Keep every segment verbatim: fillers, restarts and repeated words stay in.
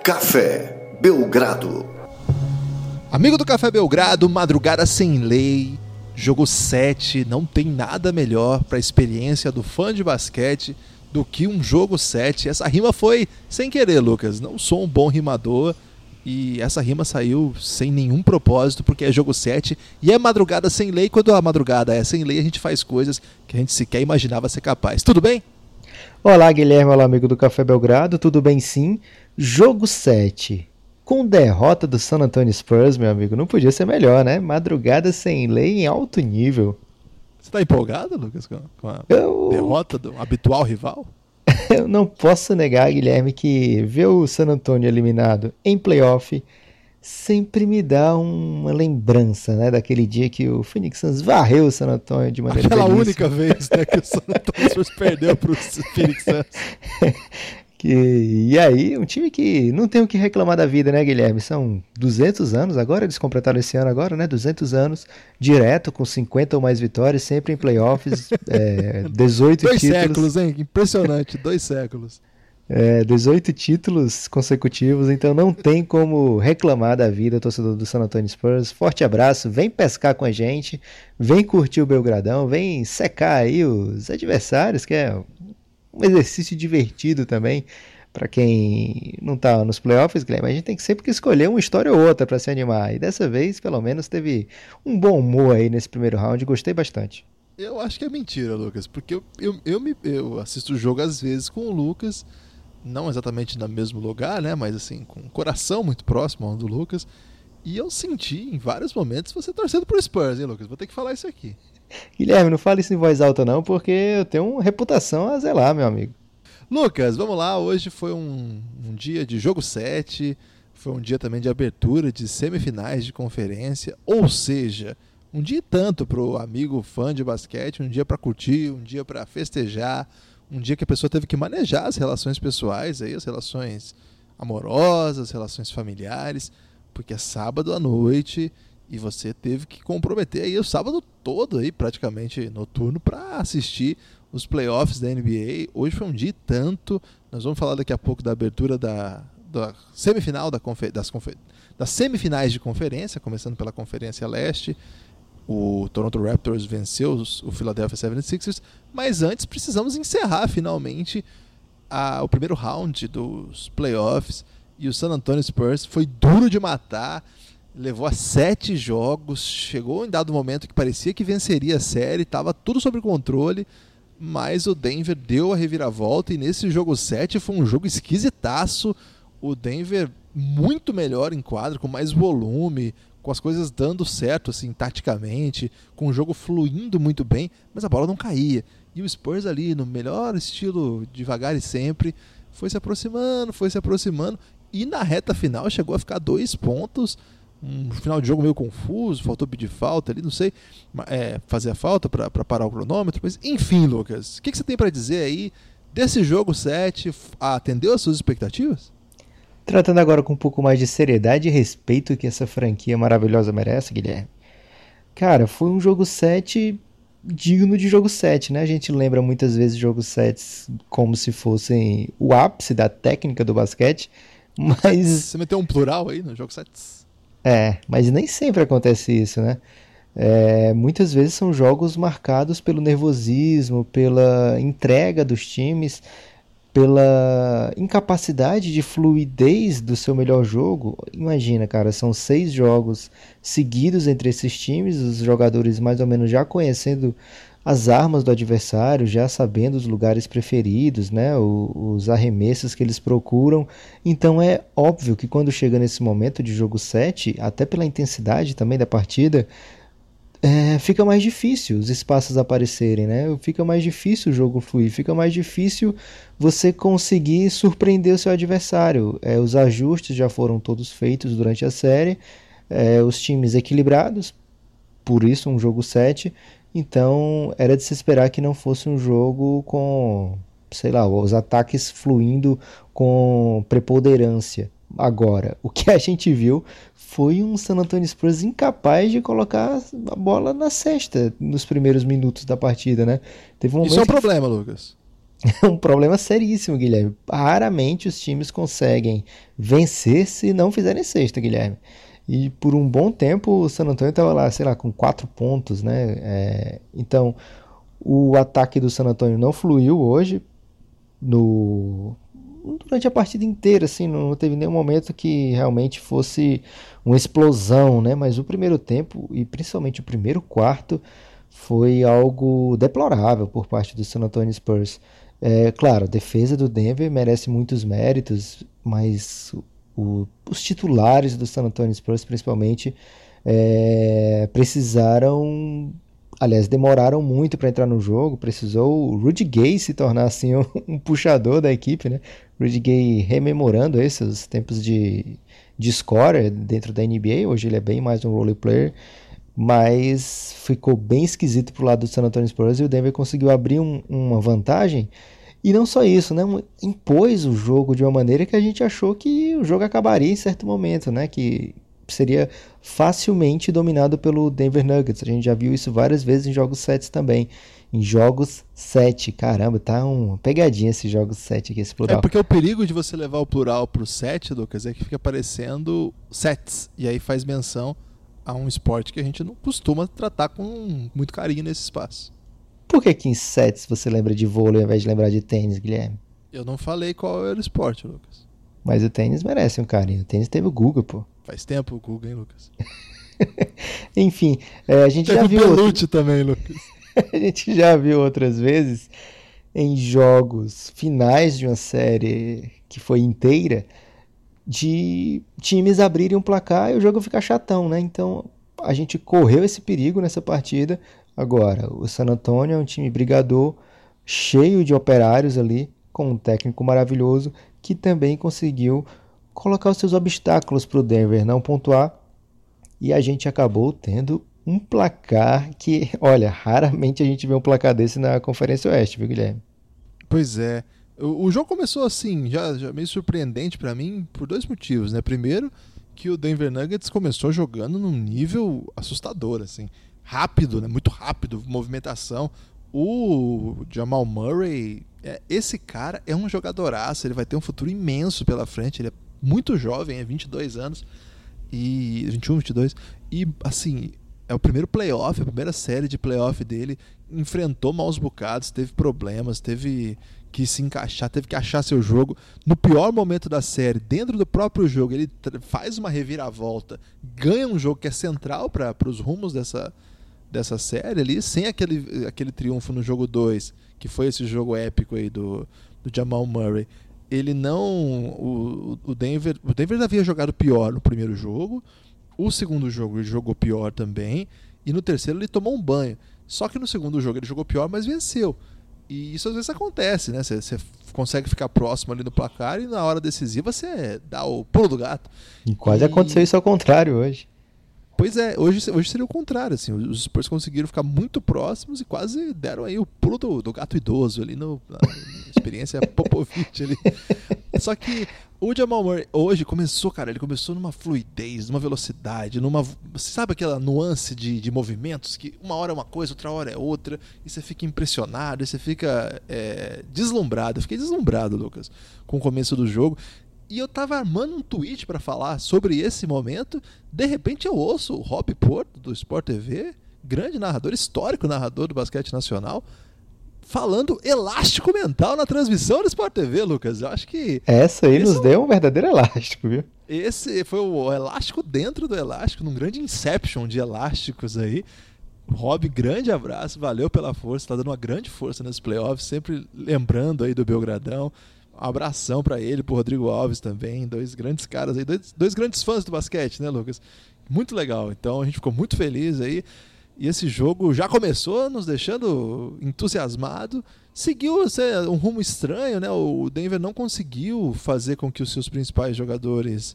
Café Belgrado. Amigo do Café Belgrado, madrugada sem lei, jogo sete, não tem nada melhor para a experiência do fã de basquete do que um jogo sete. Essa rima foi sem querer, Lucas, não sou um bom rimador e essa rima saiu sem nenhum propósito porque é jogo sete e é madrugada sem lei. Quando a madrugada é sem lei, a gente faz coisas que a gente sequer imaginava ser capaz. Tudo bem? Olá, Guilherme, olá, amigo do Café Belgrado, tudo bem sim? Jogo sete, com derrota do San Antonio Spurs, meu amigo, não podia ser melhor, né? Madrugada sem lei em alto nível. Você tá empolgado, Lucas, com a Eu... derrota do habitual rival? Eu não posso negar, Guilherme, que ver o San Antonio eliminado em playoff sempre me dá uma lembrança, né, daquele dia que o Phoenix Suns varreu o San Antonio de maneira Aquela belíssima. única vez, né, que o San Antonio Spurs perdeu pro Phoenix Suns. Que, e aí, um time que não tem o que reclamar da vida, né, Guilherme? São duzentos anos agora, eles completaram esse ano agora, né? duzentos anos, direto, com cinquenta ou mais vitórias, sempre em playoffs, é, dezoito dois títulos. séculos, hein? Impressionante, dois séculos. É, dezoito títulos consecutivos, então não tem como reclamar da vida, torcedor do San Antonio Spurs. Forte abraço, vem pescar com a gente, vem curtir o Belgradão, vem secar aí os adversários, que é um exercício divertido também para quem não tá nos playoffs, Guilherme. A gente tem que sempre que escolher uma história ou outra para se animar. E dessa vez, pelo menos, teve um bom humor aí nesse primeiro round. Gostei bastante. Eu acho que é mentira, Lucas, porque eu, eu, eu, me, eu assisto o jogo às vezes com o Lucas, não exatamente no mesmo lugar, né? Mas assim, com o coração muito próximo ao do Lucas. E eu senti em vários momentos você torcendo pro Spurs, hein, Lucas? Vou ter que falar isso aqui. Guilherme, não fale isso em voz alta não, porque eu tenho uma reputação a zelar, meu amigo. Lucas, vamos lá, hoje foi um, um dia de jogo sete, foi um dia também de abertura de semifinais de conferência, ou seja, um dia e tanto pro amigo fã de basquete, um dia para curtir, um dia para festejar, um dia que a pessoa teve que manejar as relações pessoais, aí, as relações amorosas, as relações familiares, porque é sábado à noite e você teve que comprometer aí o sábado todo aí, praticamente noturno, para assistir os playoffs da N B A. Hoje foi um dia e tanto. Nós vamos falar daqui a pouco da abertura da, da semifinal da confer, das, confer, das semifinais de conferência, começando pela Conferência Leste. O Toronto Raptors venceu os, o Philadelphia setenta e seis ers, mas antes precisamos encerrar finalmente a, o primeiro round dos playoffs. E o San Antonio Spurs foi duro de matar, levou a sete jogos, chegou em dado momento que parecia que venceria a série, estava tudo sob controle, mas o Denver deu a reviravolta e nesse jogo sete foi um jogo esquisitaço. O Denver muito melhor em quadro, com mais volume, com as coisas dando certo assim, taticamente, com o jogo fluindo muito bem, mas a bola não caía. E o Spurs ali, no melhor estilo, devagar e sempre, foi se aproximando, foi se aproximando, e na reta final chegou a ficar dois pontos, um final de jogo meio confuso, faltou pedir falta ali, não sei, é, fazer a falta para parar o cronômetro, mas enfim, Lucas, o que, que você tem para dizer aí desse jogo sete? Atendeu às suas expectativas? Tratando agora com um pouco mais de seriedade e respeito que essa franquia maravilhosa merece, Guilherme. Cara, foi um jogo sete digno de jogo sete, né? A gente lembra muitas vezes jogos sete como se fossem o ápice da técnica do basquete, mas... Você meteu um plural aí no jogo sete? É, mas nem sempre acontece isso, né? É, muitas vezes são jogos marcados pelo nervosismo, pela entrega dos times, pela incapacidade de fluidez do seu melhor jogo. Imagina, cara, são seis jogos seguidos entre esses times, os jogadores mais ou menos já conhecendo as armas do adversário, já sabendo os lugares preferidos, né, os, os arremessos que eles procuram. Então é óbvio que quando chega nesse momento de jogo sete, até pela intensidade também da partida, É, fica mais difícil os espaços aparecerem, né? Fica mais difícil o jogo fluir, fica mais difícil você conseguir surpreender o seu adversário. É, os ajustes já foram todos feitos durante a série, é, os times equilibrados, por isso um jogo sete, então era de se esperar que não fosse um jogo com, sei lá, os ataques fluindo com preponderância. Agora, o que a gente viu foi um San Antonio Spurs incapaz de colocar a bola na cesta nos primeiros minutos da partida, né? Teve um Isso é um momento que- problema, Lucas. É um problema seríssimo, Guilherme. Raramente os times conseguem vencer se não fizerem cesta, Guilherme. E por um bom tempo o San Antonio estava lá, sei lá, com quatro pontos, né? É, então o ataque do San Antonio não fluiu hoje no durante a partida inteira, assim, não teve nenhum momento que realmente fosse uma explosão, né? Mas o primeiro tempo e principalmente o primeiro quarto foi algo deplorável por parte do San Antonio Spurs. É, claro, a defesa do Denver merece muitos méritos, mas o, os titulares do San Antonio Spurs, principalmente, é, precisaram, aliás, demoraram muito para entrar no jogo. Precisou o Rudy Gay se tornar assim um, um puxador da equipe, né? Rudy Gay rememorando esses tempos de, de scorer dentro da N B A. Hoje ele é bem mais um role player, mas ficou bem esquisito pro lado do San Antonio Spurs e o Denver conseguiu abrir um, uma vantagem. E não só isso, né? Impôs o jogo de uma maneira que a gente achou que o jogo acabaria em certo momento, né? Que seria facilmente dominado pelo Denver Nuggets. A gente já viu isso várias vezes em jogos sete também. Em jogos sete, caramba, tá uma pegadinha esse jogos sete aqui, esse plural. É porque o perigo de você levar o plural pro sete, Lucas, é que fica parecendo sets, e aí faz menção a um esporte que a gente não costuma tratar com muito carinho nesse espaço. Por que que em sets você lembra de vôlei ao invés de lembrar de tênis, Guilherme? Eu não falei qual era o esporte, Lucas. Mas o tênis merece um carinho. O tênis teve o Guga, pô. Faz tempo o Guga, hein, Lucas? Enfim, é, a gente teve já o viu... Pelute outro... também, Lucas. A gente já viu outras vezes em jogos finais de uma série que foi inteira de times abrirem um placar e o jogo ficar chatão, né? Então a gente correu esse perigo nessa partida. Agora, o San Antonio é um time brigador, cheio de operários ali, com um técnico maravilhoso, que também conseguiu colocar os seus obstáculos para o Denver não pontuar. E a gente acabou tendo um placar que, olha, raramente a gente vê um placar desse na Conferência Oeste, viu, Guilherme? Pois é. O, o jogo começou assim, já, já meio surpreendente para mim, por dois motivos, né? Primeiro, que o Denver Nuggets começou jogando num nível assustador, assim. Rápido, né? Muito rápido, movimentação. O Jamal Murray, é, esse cara é um jogadoraço, ele vai ter um futuro imenso pela frente, ele é muito jovem, é vinte e dois anos, e vinte e um, vinte e dois, e assim, é o primeiro playoff, a primeira série de playoff dele, enfrentou maus bocados, teve problemas, teve que se encaixar, teve que achar seu jogo. No pior momento da série, dentro do próprio jogo, ele faz uma reviravolta, ganha um jogo que é central para os rumos dessa dessa série ali, sem aquele, aquele triunfo no jogo dois, que foi esse jogo épico aí do, do Jamal Murray. Ele não... O, o, Denver, o Denver havia jogado pior no primeiro jogo, o segundo jogo ele jogou pior também, e no terceiro ele tomou um banho. Só que no segundo jogo ele jogou pior, mas venceu. E isso às vezes acontece, né? Você, você consegue ficar próximo ali no placar e na hora decisiva você dá o pulo do gato. E quase e... aconteceu isso ao contrário hoje. Pois é, hoje, hoje seria o contrário, assim, os Spurs conseguiram ficar muito próximos e quase deram aí o pulo do, do gato idoso ali no, na experiência Popovich ali. Só que o Jamal Murray hoje começou, cara, ele começou numa fluidez, numa velocidade, numa, sabe aquela nuance de, de movimentos que uma hora é uma coisa, outra hora é outra, e você fica impressionado, e você fica é, deslumbrado. Eu fiquei deslumbrado, Lucas, com o começo do jogo. E eu tava armando um tweet para falar sobre esse momento. De repente eu ouço o Rob Porto, do Sport T V, grande narrador, histórico narrador do basquete nacional, falando elástico mental na transmissão do Sport T V, Lucas. Eu acho que... Essa aí nos deu um verdadeiro elástico, viu? Esse foi o elástico dentro do elástico, num grande inception de elásticos aí. Rob, grande abraço, valeu pela força, tá dando uma grande força nesses playoffs, sempre lembrando aí do Belgradão. Um abração pra ele, pro Rodrigo Alves também, dois grandes caras aí, dois, dois grandes fãs do basquete, né, Lucas? Muito legal, então a gente ficou muito feliz aí, e esse jogo já começou nos deixando entusiasmado, seguiu um rumo estranho, né, o Denver não conseguiu fazer com que os seus principais jogadores,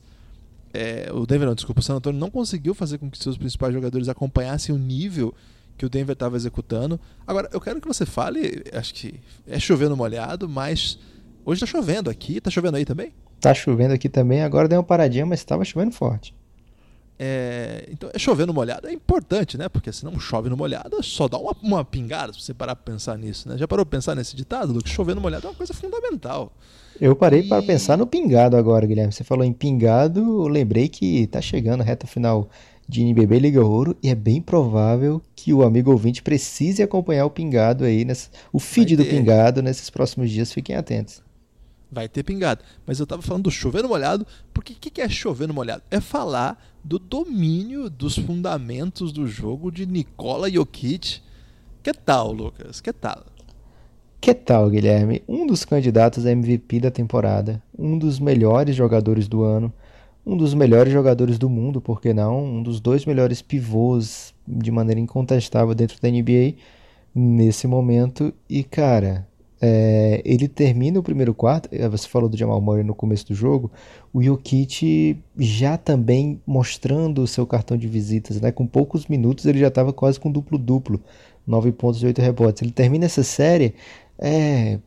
é, o Denver não, desculpa, o San Antonio não conseguiu fazer com que os seus principais jogadores acompanhassem o nível que o Denver estava executando. Agora, eu quero que você fale, acho que é chovendo molhado, mas... Hoje tá chovendo aqui, tá chovendo aí também? Tá chovendo aqui também, agora deu uma paradinha, mas tava chovendo forte. É, então, é chover no molhado é importante, né? Porque senão chove no molhado, só dá uma, uma pingada, se você parar pra pensar nisso, né? Já parou pra pensar nesse ditado, Lucas? Chover no molhado é uma coisa fundamental. Eu parei E... para pensar no pingado agora, Guilherme. Você falou em pingado, eu lembrei que tá chegando a reta final de N B B Liga Ouro e é bem provável que o amigo ouvinte precise acompanhar o pingado aí, nessa, o feed do pingado nesses próximos dias, fiquem atentos. Vai ter pingado. Mas eu tava falando do chover no molhado, porque o que, que é chover no molhado? É falar do domínio dos fundamentos do jogo de Nikola Jokic. Que tal, Lucas? Que tal? Que tal, Guilherme? Um dos candidatos a M V P da temporada, um dos melhores jogadores do ano, um dos melhores jogadores do mundo, por que não? Um dos dois melhores pivôs de maneira incontestável dentro da N B A nesse momento. E, cara, é, ele termina o primeiro quarto, você falou do Jamal Murray no começo do jogo, o Jokic já também mostrando o seu cartão de visitas, né? Com poucos minutos ele já estava quase com duplo-duplo, nove pontos e oito rebotes. Ele termina essa série é,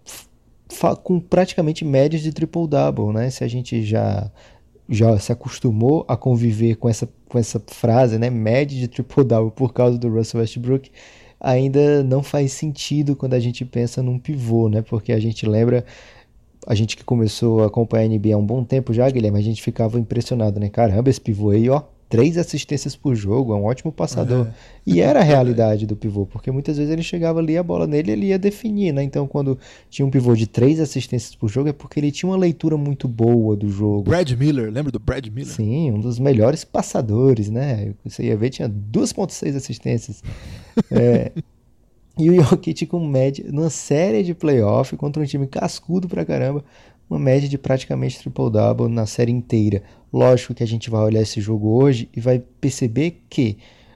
com praticamente médias de triple-double, né? Se a gente já... já se acostumou a conviver com essa, com essa frase, né, média de triple-double por causa do Russell Westbrook, ainda não faz sentido quando a gente pensa num pivô, né, porque a gente lembra, a gente que começou a acompanhar a N B A há um bom tempo já, Guilherme, a gente ficava impressionado, né, caramba, esse pivô aí, ó, três assistências por jogo, é um ótimo passador. Uhum. E era a realidade do pivô, porque muitas vezes ele chegava ali, a bola nele, ele ia definir, né? Então, quando tinha um pivô de três assistências por jogo, é porque ele tinha uma leitura muito boa do jogo. Brad Miller, lembra do Brad Miller? Sim, um dos melhores passadores, né? Você ia ver, tinha duas vírgula seis assistências. É... E o Jokic com média, numa série de playoff, contra um time cascudo pra caramba, uma média de praticamente triple-double na série inteira. Lógico que a gente vai olhar esse jogo hoje e vai perceber que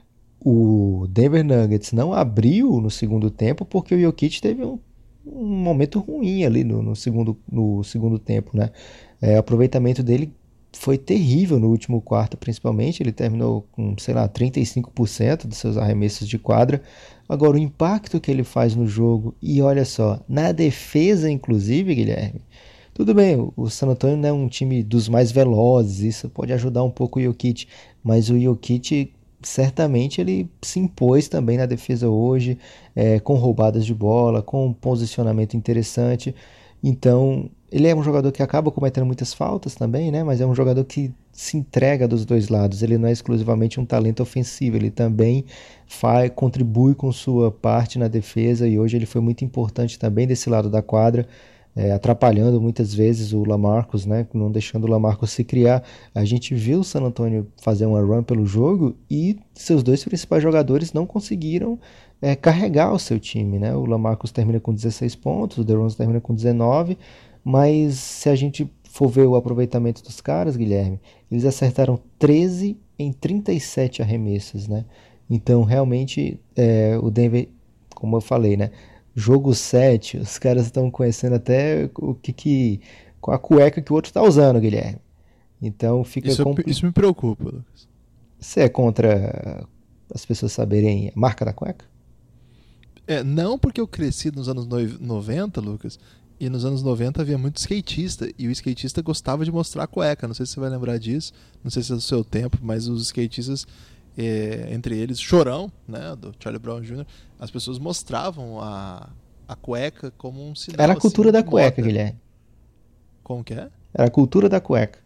o Denver Nuggets não abriu no segundo tempo porque o Jokic teve um, um momento ruim ali no, no, segundo, no segundo tempo, né? É, o aproveitamento dele foi terrível no último quarto, principalmente. Ele terminou com, sei lá, trinta e cinco por cento dos seus arremessos de quadra. Agora, o impacto que ele faz no jogo, e olha só, na defesa, inclusive, Guilherme, tudo bem, o San Antonio não é um time dos mais velozes, isso pode ajudar um pouco o Jokic, mas o Jokic, certamente, ele se impôs também na defesa hoje, é, com roubadas de bola, com um posicionamento interessante. Então, ele é um jogador que acaba cometendo muitas faltas também, né? Mas é um jogador que se entrega dos dois lados. Ele não é exclusivamente um talento ofensivo, ele também faz, contribui com sua parte na defesa, e hoje ele foi muito importante também desse lado da quadra, é, atrapalhando muitas vezes o LaMarcus, né? Não deixando o LaMarcus se criar. A gente viu o San Antonio fazer uma run pelo jogo e seus dois principais jogadores não conseguiram é, carregar o seu time, né? O LaMarcus termina com dezesseis pontos, o DeRozan termina com dezenove, mas se a gente for ver o aproveitamento dos caras, Guilherme, eles acertaram treze em trinta e sete arremessos, né? Então, realmente, é, o Denver, como eu falei, né? Jogo sete, os caras estão conhecendo até o que que... a cueca que o outro está usando, Guilherme. Então, fica... Isso, compl... isso me preocupa, Lucas. Você é contra as pessoas saberem a marca da cueca? É, não, porque eu cresci nos anos noventa, Lucas, e nos anos noventa havia muito skatista, e o skatista gostava de mostrar a cueca. Não sei se você vai lembrar disso, não sei se é do seu tempo, mas os skatistas, é, entre eles Chorão, né, do Charlie Brown júnior, as pessoas mostravam a, a cueca como um sinal. Era a cultura assim, da cueca, moda. Guilherme. Como que é? Era a cultura da cueca.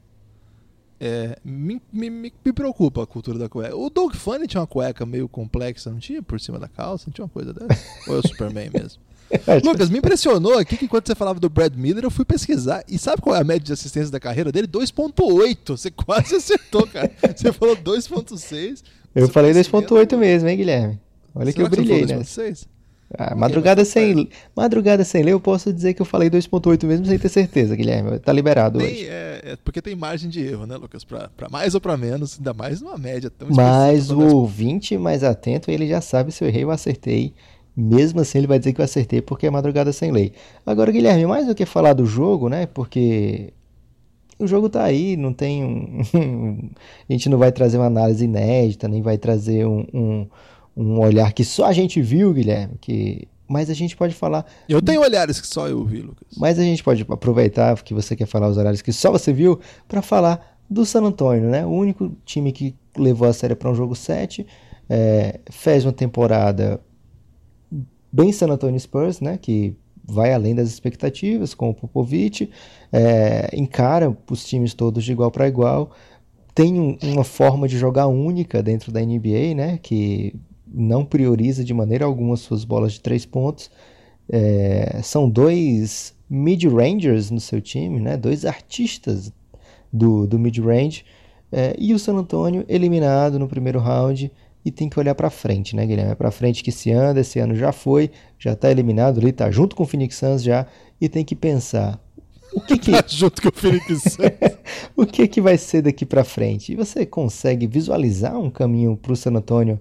É, me, me, me preocupa a cultura da cueca. O Doug Funny tinha uma cueca meio complexa, não tinha? Por cima da calça, não tinha uma coisa dessa? Ou é o Superman mesmo? Lucas, me impressionou aqui que enquanto você falava do Brad Miller, eu fui pesquisar. E sabe qual é a média de assistência da carreira dele? dois ponto oito. Você quase acertou, cara. Você falou dois ponto seis. Eu falei dois ponto oito mesmo, hein, Guilherme? Olha que eu brilhei, né? Ah, madrugada, sem, madrugada sem ler, eu posso dizer que eu falei dois ponto oito mesmo sem ter certeza, Guilherme. Tá liberado tem, hoje. É, é porque tem margem de erro, né, Lucas? Pra, pra mais ou pra menos, ainda mais numa média tão específica. Mas o ouvinte mais atento, ele já sabe se eu errei ou acertei. Mesmo assim, ele vai dizer que eu acertei porque é madrugada sem lei. Agora, Guilherme, mais do que falar do jogo, né? Porque o jogo tá aí, não tem um... a gente não vai trazer uma análise inédita, nem vai trazer um... um um olhar que só a gente viu, Guilherme, que... mas a gente pode falar... Eu tenho olhares que só eu vi, Lucas. Mas a gente pode aproveitar que você quer falar os olhares que só você viu para falar do San Antonio, né? O único time que levou a série para um jogo sete, é, fez uma temporada bem San Antonio Spurs, né? Que vai além das expectativas com o Popovich, é, encara os times todos de igual para igual, tem um, uma forma de jogar única dentro da N B A, né? Que não prioriza de maneira alguma suas bolas de três pontos. É, são dois mid-rangers no seu time, né? Dois artistas do, do mid-range, é, e o San Antonio eliminado no primeiro round, e tem que olhar para frente, né, Guilherme? É para frente que se anda, esse ano já foi, já está eliminado ali, tá junto com o Phoenix Suns já, e tem que pensar o que que... Tá junto com o Phoenix Suns. O que que vai ser daqui para frente? E você consegue visualizar um caminho para o San Antonio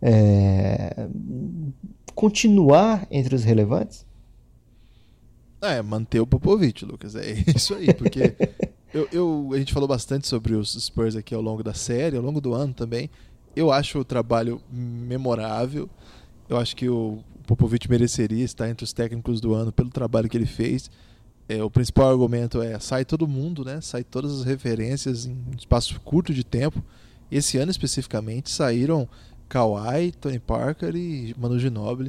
é, continuar entre os relevantes? É, manter o Popovich, Lucas, é isso aí, porque eu, eu, a gente falou bastante sobre os Spurs aqui ao longo da série, ao longo do ano também. Eu acho o trabalho memorável, eu acho que o Popovich mereceria estar entre os técnicos do ano pelo trabalho que ele fez. É, o principal argumento é, sai todo mundo, né? Sai todas as referências em um espaço curto de tempo. Esse ano especificamente saíram Kawhi, Tony Parker e Manu Ginobili.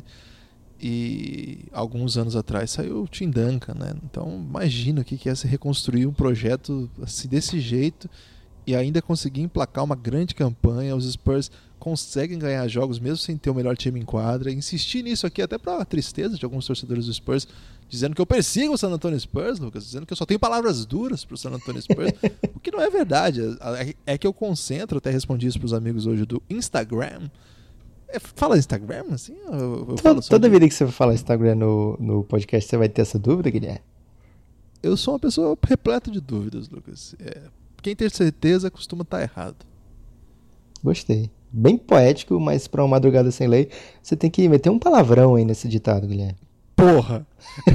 E alguns anos atrás saiu o Tim Duncan, né? Então imagina o que é se reconstruir um projeto assim, desse jeito e ainda conseguir emplacar uma grande campanha. Os Spurs conseguem ganhar jogos mesmo sem ter o melhor time em quadra. Insistir nisso aqui até para a tristeza de alguns torcedores dos Spurs, dizendo que eu persigo o San Antonio Spurs, Lucas, dizendo que eu só tenho palavras duras para o San Antonio Spurs, o que não é verdade. É que eu concentro, até respondi isso para os amigos hoje do Instagram. É, fala Instagram, assim? Eu, eu toda falo toda de... vida que você falar Instagram no, no podcast, você vai ter essa dúvida, Guilherme? Eu sou uma pessoa repleta de dúvidas, Lucas. É, quem tem certeza costuma estar errado. Gostei. Bem poético, mas para uma madrugada sem lei, você tem que meter um palavrão aí nesse ditado, Guilherme. Porra!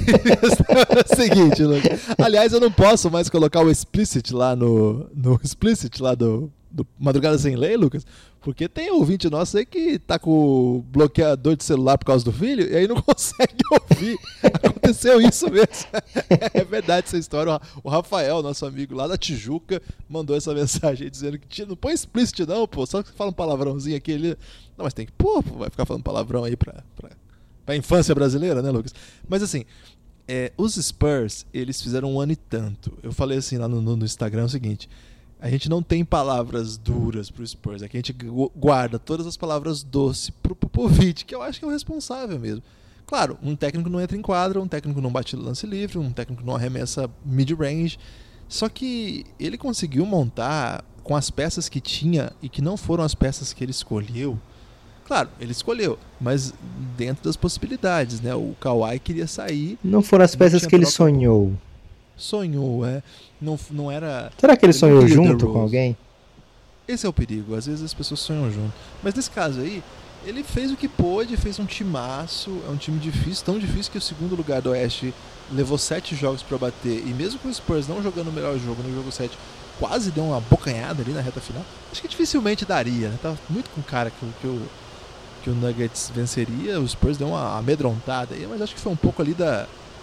É o seguinte, Lucas. Aliás, eu não posso mais colocar o explicit lá no, no explicit lá do, do Madrugada Sem Lei, Lucas, porque tem ouvinte nosso aí que tá com o bloqueador de celular por causa do filho e aí não consegue ouvir. Aconteceu isso mesmo. É verdade essa história. O Rafael, nosso amigo lá da Tijuca, mandou essa mensagem aí dizendo que não põe explicit não, pô, só que fala um palavrãozinho aqui. Ele... Não, mas tem que pôr, pô, vai ficar falando palavrão aí pra... pra... a infância brasileira, né, Lucas? Mas assim, é, os Spurs, eles fizeram um ano e tanto. Eu falei assim lá no, no Instagram o seguinte: a gente não tem palavras duras pro Spurs, é que a gente guarda todas as palavras doces pro Popovich, que eu acho que é o responsável mesmo. Claro, um técnico não entra em quadra, um técnico não bate lance livre, um técnico não arremessa mid-range, só que ele conseguiu montar com as peças que tinha e que não foram as peças que ele escolheu. Claro, ele escolheu, mas dentro das possibilidades, né? O Kawhi queria sair. Não foram as peças que ele troca... sonhou. Sonhou, é. Não, não era... Será que ele, ele sonhou junto com alguém? Esse é o perigo, às vezes as pessoas sonham junto. Mas nesse caso aí, ele fez o que pôde, fez um timaço, é um time difícil, tão difícil que o segundo lugar do Oeste levou sete jogos para bater, e mesmo com o Spurs não jogando o melhor jogo no jogo sete, quase deu uma bocanhada ali na reta final. Acho que dificilmente daria, né? Tava muito com cara que, que o... que o Nuggets venceria, o Spurs deu uma amedrontada aí, mas acho que foi um pouco ali da...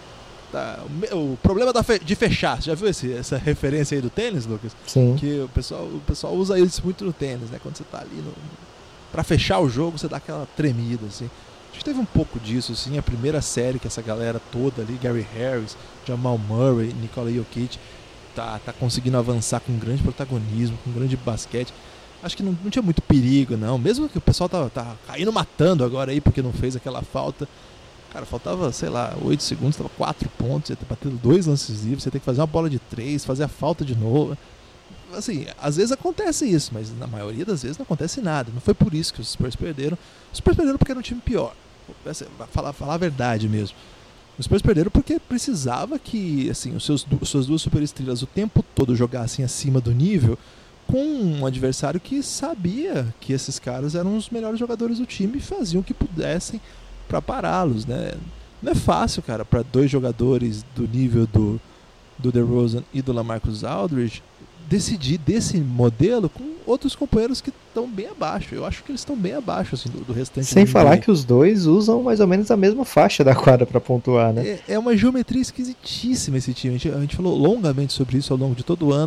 da o, o problema da fe, de fechar. Você já viu esse, essa referência aí do tênis, Lucas? Sim. Que o pessoal, o pessoal usa isso muito no tênis, né? Quando você tá ali no, pra fechar o jogo, você dá aquela tremida, assim. Acho que teve um pouco disso, assim. A primeira série que essa galera toda ali, Gary Harris, Jamal Murray, Nikola Jokic, tá, tá conseguindo avançar com um grande protagonismo, com um grande basquete. Acho que não, não tinha muito perigo, não. Mesmo que o pessoal tá, tá caindo matando agora aí porque não fez aquela falta. Cara, faltava, sei lá, oito segundos, tava quatro pontos, ia ter batido dois lances livres, você tem que fazer uma bola de três, fazer a falta de novo. Assim, às vezes acontece isso, mas na maioria das vezes não acontece nada. Não foi por isso que os Spurs perderam. Os Spurs perderam porque era um time pior. Vai falar, falar a verdade mesmo. Os Spurs perderam porque precisava que, assim, os seus, os suas duas superestrelas o tempo todo jogassem acima do nível, com um adversário que sabia que esses caras eram os melhores jogadores do time e faziam o que pudessem para pará-los, né? Não é fácil, cara, para dois jogadores do nível do, do DeRozan e do LaMarcus Aldridge decidir desse modelo com outros companheiros que estão bem abaixo. Eu acho que eles estão bem abaixo assim, do, do restante. Sem falar que os dois usam mais ou menos a mesma faixa da quadra para pontuar, né? É, é uma geometria esquisitíssima esse time. A gente, a gente falou longamente sobre isso ao longo de todo o ano.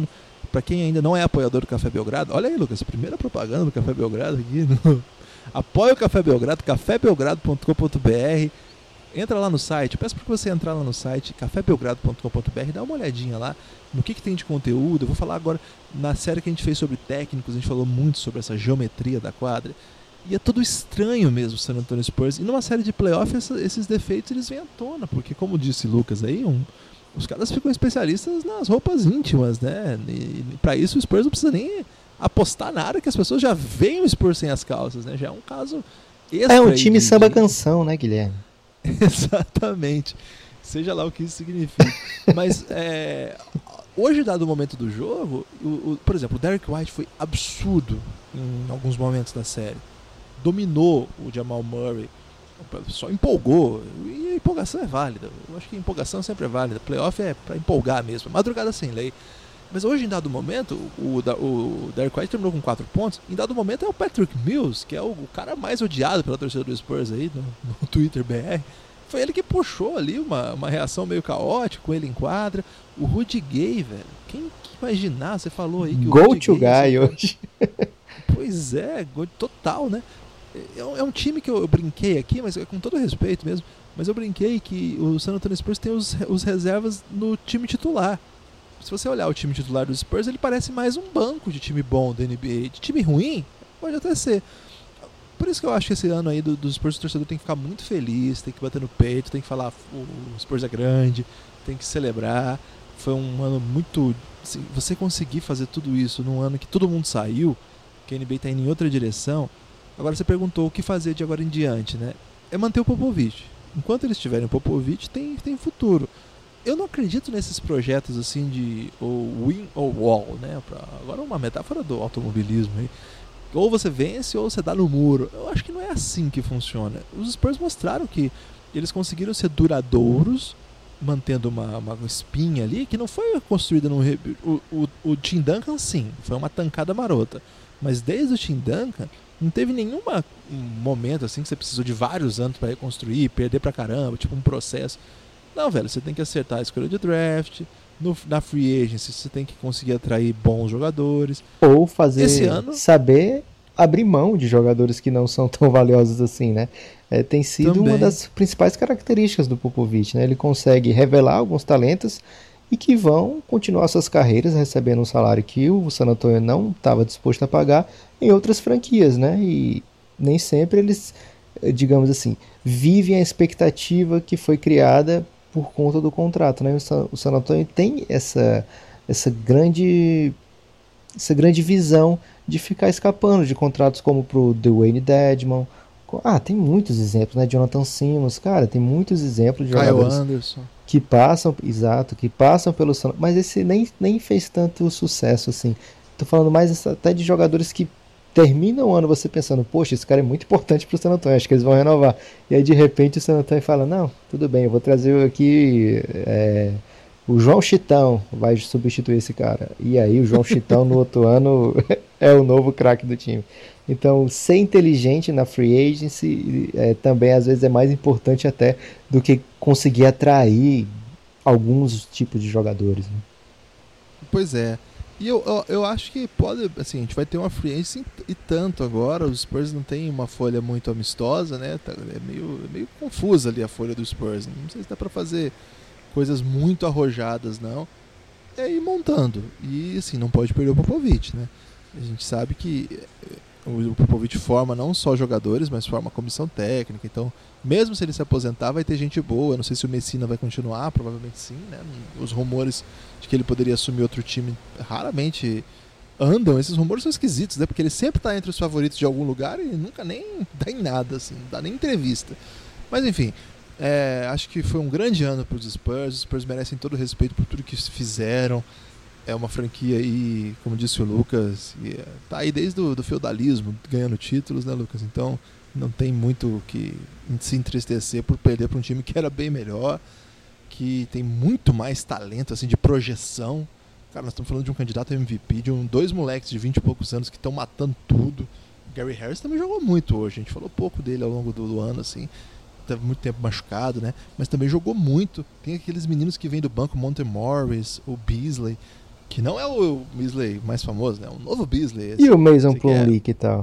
para quem ainda não é apoiador do Café Belgrado, olha aí, Lucas, primeira propaganda do Café Belgrado aqui. No... Apoia o Café Belgrado, café belgrado ponto com ponto b r. Entra lá no site, eu peço para você entrar lá no site café belgrado ponto com ponto b r, dá uma olhadinha lá no que, que tem de conteúdo. Eu vou falar agora, na série que a gente fez sobre técnicos, a gente falou muito sobre essa geometria da quadra. E é tudo estranho mesmo o San Antonio Spurs. E numa série de playoff, essa, esses defeitos eles vêm à tona, porque como disse Lucas aí, um, os caras ficam especialistas nas roupas íntimas, né? E, e para isso o Spurs não precisa nem apostar na área, que as pessoas já veem o Spurs sem as calças, né? Já é um caso extra. É um time de, samba de... canção, né, Guilherme? Exatamente. Seja lá o que isso significa. Mas é, hoje, dado o momento do jogo, o, o, por exemplo, o Derrick White foi absurdo em alguns momentos da série. Dominou o Jamal Murray, só empolgou. E a empolgação é válida. Eu acho que a empolgação sempre é válida. Playoff é pra empolgar mesmo. Madrugada sem lei. Mas hoje, em dado momento, o, o Derrick White terminou com quatro pontos. Em dado momento é o Patrick Mills, que é o, o cara mais odiado pela torcida do Spurs aí, no, no Twitter B R. Foi ele que puxou ali uma, uma reação meio caótica, com ele em quadra. O Rudy Gay, velho. Quem que imaginar? Você falou aí que o Go Rudy to Gay, guy hoje. Pois é, total, né? É, é um time que eu, eu brinquei aqui, mas com todo respeito mesmo, mas eu brinquei que o San Antonio Spurs tem os, os reservas no time titular. Se você olhar o time titular do Spurs, ele parece mais um banco de time bom da N B A. De time ruim, pode até ser. Por isso que eu acho que esse ano aí do, do Spurs, o torcedor tem que ficar muito feliz, tem que bater no peito, tem que falar o Spurs é grande, tem que celebrar. Foi um ano muito... Assim, você conseguir fazer tudo isso num ano que todo mundo saiu, que a N B A está indo em outra direção. Agora você perguntou o que fazer de agora em diante, né? É manter o Popovich. Enquanto eles tiverem o Popovich, tem, tem futuro. Eu não acredito nesses projetos assim de ou win ou wall, né? Pra, agora uma metáfora do automobilismo aí. Ou você vence ou você dá no muro. Eu acho que não é assim que funciona. Os Spurs mostraram que eles conseguiram ser duradouros, mantendo uma, uma espinha ali que não foi construída num... Re... O, o, o Tim Duncan, sim, foi uma tancada marota. Mas desde o Tim Duncan, não teve nenhum momento assim que você precisou de vários anos para reconstruir, perder pra caramba, tipo um processo. Não, velho, você tem que acertar a escolha de draft, no, na free agency você tem que conseguir atrair bons jogadores. Ou fazer, Esse ano... saber abrir mão de jogadores que não são tão valiosos assim, né? É, tem sido Também. Uma das principais características do Popovich, né? Ele consegue revelar alguns talentos e que vão continuar suas carreiras recebendo um salário que o San Antonio não estava disposto a pagar em outras franquias, né? E nem sempre eles, digamos assim, vivem a expectativa que foi criada por conta do contrato, né? O San Antonio tem essa, essa grande essa grande visão de ficar escapando de contratos como pro Dwayne Dedmon. Ah, tem muitos exemplos, né? Jonathan Simmons, cara, tem muitos exemplos de Kyle jogadores Anderson. que passam, exato, que passam pelo San... mas esse nem, nem fez tanto sucesso assim. Tô falando mais até de jogadores que terminam o ano você pensando, poxa, esse cara é muito importante pro San Antonio, acho que eles vão renovar. E aí de repente o San Antonio fala, não, tudo bem, eu vou trazer aqui é, o João Chitão, vai substituir esse cara. E aí o João Chitão no outro ano é o novo craque do time. Então, ser inteligente na free agency é, também às vezes é mais importante até do que conseguir atrair alguns tipos de jogadores, né? Pois é. E eu, eu, eu acho que pode, assim, a gente vai ter uma free agency e tanto agora. Os Spurs não tem uma folha muito amistosa, né? É meio, é meio confusa ali a folha dos Spurs. Não sei se dá pra fazer coisas muito arrojadas, não. É ir montando. E, assim, não pode perder o Popovich, né? A gente sabe que o Popovich forma não só jogadores, mas forma comissão técnica. Então, mesmo se ele se aposentar, vai ter gente boa. Eu não sei se o Messina vai continuar, provavelmente sim, né? Os rumores de que ele poderia assumir outro time raramente andam. Esses rumores são esquisitos, né? Porque ele sempre está entre os favoritos de algum lugar e nunca nem dá em nada, assim, não dá nem entrevista. Mas enfim, é, acho que foi um grande ano para os Spurs. Os Spurs merecem todo o respeito por tudo que fizeram. É uma franquia aí, como disse o Lucas, e é, tá aí desde o do feudalismo, ganhando títulos, né, Lucas? Então não tem muito o que se entristecer por perder para um time que era bem melhor, que tem muito mais talento, assim, de projeção. Cara, nós estamos falando de um candidato a M V P, de um, dois moleques de vinte e poucos anos que estão matando tudo. O Gary Harris também jogou muito hoje, a gente falou pouco dele ao longo do, do ano, assim. Teve muito tempo machucado, né? Mas também jogou muito. Tem aqueles meninos que vêm do banco, Monte Morris, o Beasley. Que não é o Beasley mais famoso, né? É um novo Beasley. Esse, e o Mason Plumlee, que tal?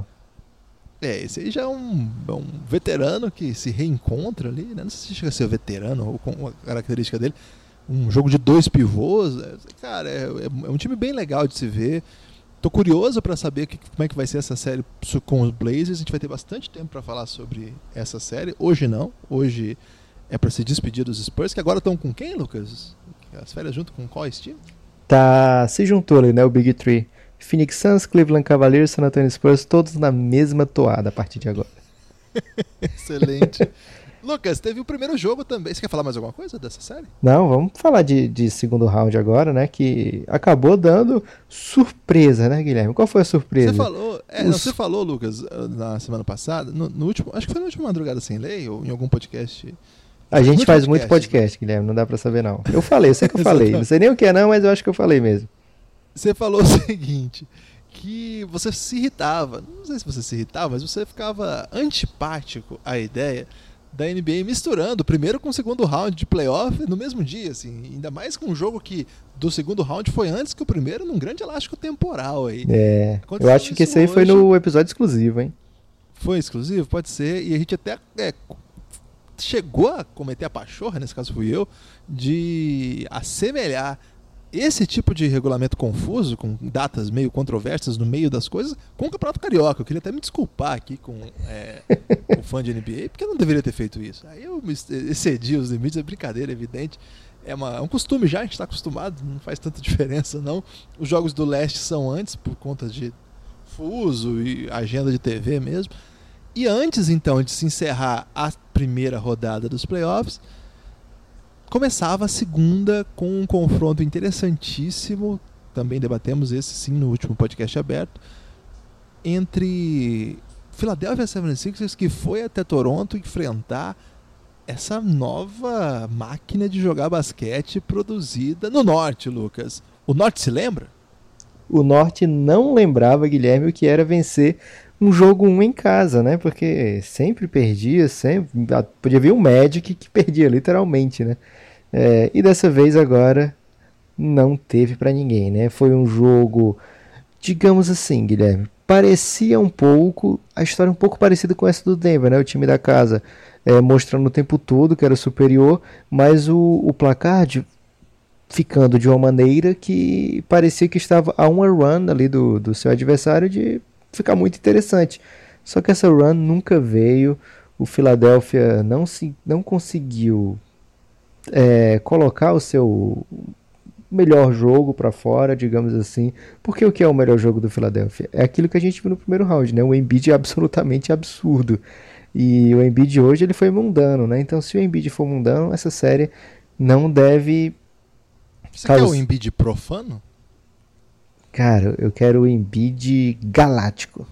É, esse aí já é um, é um veterano que se reencontra ali, né? Não sei se chega a ser veterano ou com a característica dele. Um jogo de dois pivôs. É, cara, é, é um time bem legal de se ver. Tô curioso para saber que, como é que vai ser essa série com os Blazers. A gente vai ter bastante tempo para falar sobre essa série. Hoje não. Hoje é para se despedir dos Spurs, que agora estão com quem, Lucas? As férias junto com qual time? Tá, se juntou ali, né, o Big Three. Phoenix Suns, Cleveland Cavaliers, San Antonio Spurs, todos na mesma toada a partir de agora. Excelente. Lucas, teve o primeiro jogo também. Você quer falar mais alguma coisa dessa série? Não, vamos falar de, de segundo round agora, né? Que acabou dando surpresa, né, Guilherme? Qual foi a surpresa? Você falou, é, Os... não, você falou, Lucas, na semana passada, no, no último, acho que foi no último Madrugada Sem Lei, ou em algum podcast. A gente muito faz podcast, muito podcast, Guilherme, não dá pra saber não. Eu falei, eu sei que eu falei. Não sei nem o que é não, mas eu acho que eu falei mesmo. Você falou o seguinte, que você se irritava, não sei se você se irritava, mas você ficava antipático à ideia da N B A misturando o primeiro com o segundo round de playoff no mesmo dia, assim, ainda mais com um jogo que do segundo round foi antes que o primeiro, num grande elástico temporal aí. É, eu acho que esse aí hoje foi no episódio exclusivo, hein? Foi exclusivo? Pode ser, e a gente até é, chegou a cometer a pachorra, nesse caso fui eu, de assemelhar esse tipo de regulamento confuso, com datas meio controversas no meio das coisas, com o Campeonato Carioca. Eu queria até me desculpar aqui com é, o fã de N B A, porque eu não deveria ter feito isso. Aí eu me excedi os limites, é brincadeira, é evidente. É, uma, é um costume já, a gente está acostumado, não faz tanta diferença não. Os jogos do leste são antes, por conta de fuso e agenda de T V mesmo. E antes, então, de se encerrar a primeira rodada dos playoffs, começava a segunda com um confronto interessantíssimo, também debatemos esse sim no último podcast aberto, entre Philadelphia setenta e seis ers, que foi até Toronto enfrentar essa nova máquina de jogar basquete produzida no Norte, Lucas. O Norte se lembra? O Norte não lembrava, Guilherme, o que era vencer um jogo um em casa, né? Porque sempre perdia, sempre podia vir o Magic que perdia literalmente, né? É, e dessa vez agora não teve pra ninguém, né? Foi um jogo, digamos assim, Guilherme, parecia um pouco, a história um pouco parecida com essa do Denver, né? O time da casa é, mostrando o tempo todo que era superior, mas o, o placar de, ficando de uma maneira que parecia que estava a uma run ali do, do seu adversário de ficar muito interessante. Só que essa run nunca veio, o Philadelphia não, se, não conseguiu é, colocar o seu melhor jogo para fora, digamos assim. Porque o que é o melhor jogo do Philadelphia? É aquilo que a gente viu no primeiro round, né? O Embiid é absolutamente absurdo. E o Embiid hoje ele foi mundano, né? Então se o Embiid for mundano, essa série não deve... Você caus... quer o Embiid profano? Cara, eu quero o Embiid galáctico.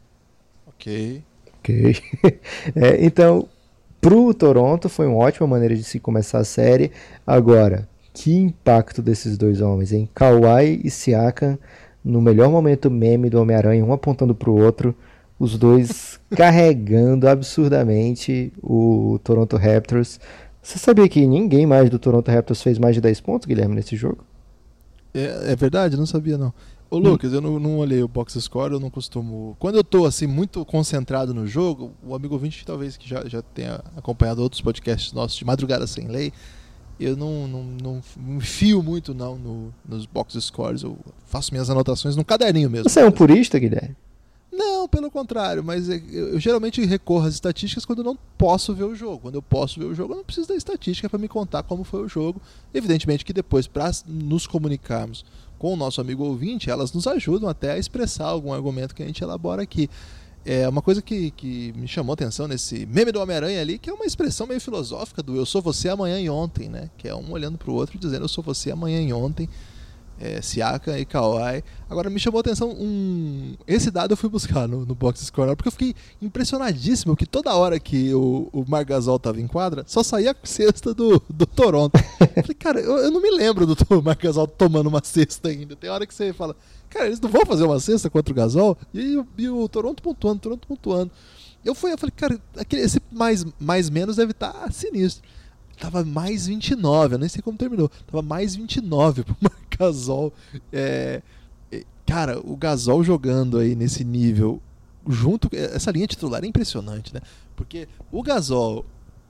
Ok. Ok. é, então, pro Toronto foi uma ótima maneira de se começar a série. Agora, que impacto desses dois homens, hein? Kawhi e Siakam no melhor momento meme do Homem-Aranha, um apontando pro outro. Os dois carregando absurdamente o Toronto Raptors. Você sabia que ninguém mais do Toronto Raptors fez mais de dez pontos, Guilherme, nesse jogo? É, é verdade? Não sabia, não. Ô, Lucas, hum. eu não, não olhei o box score, eu não costumo... Quando eu tô, assim, muito concentrado no jogo, o amigo ouvinte, talvez, que já, já tenha acompanhado outros podcasts nossos de Madrugada Sem Lei, eu não, não, não me fio muito, não, no, nos box scores. Eu faço minhas anotações num caderninho mesmo. Você é um purista, Guilherme? Não, pelo contrário, mas eu, eu geralmente recorro às estatísticas quando eu não posso ver o jogo. Quando eu posso ver o jogo, eu não preciso da estatística para me contar como foi o jogo. Evidentemente que depois, para nos comunicarmos com o nosso amigo ouvinte, elas nos ajudam até a expressar algum argumento que a gente elabora aqui. É uma coisa que, que me chamou a atenção nesse meme do Homem-Aranha ali, que é uma expressão meio filosófica do eu sou você amanhã e ontem, né? Que é um olhando para o outro e dizendo eu sou você amanhã e ontem. É, Siakam e Kawhi. Agora me chamou a atenção um... esse dado eu fui buscar no, no box score, porque eu fiquei impressionadíssimo que toda hora que o, o Marc Gasol estava em quadra, só saía a cesta do, do Toronto. Eu falei, cara, eu, eu não me lembro do Marc Gasol tomando uma cesta ainda. Tem hora que você fala, cara, eles não vão fazer uma cesta contra o Gasol? E, e o Toronto pontuando, Toronto pontuando. Eu, fui, eu falei, cara, aquele, esse mais, mais menos deve estar tá sinistro. Tava mais vinte e nove, eu nem sei como terminou. Tava mais vinte e nove pro Marc Gasol, é, é, cara, o Gasol jogando aí nesse nível, junto, essa linha titular é impressionante, né? Porque o Gasol,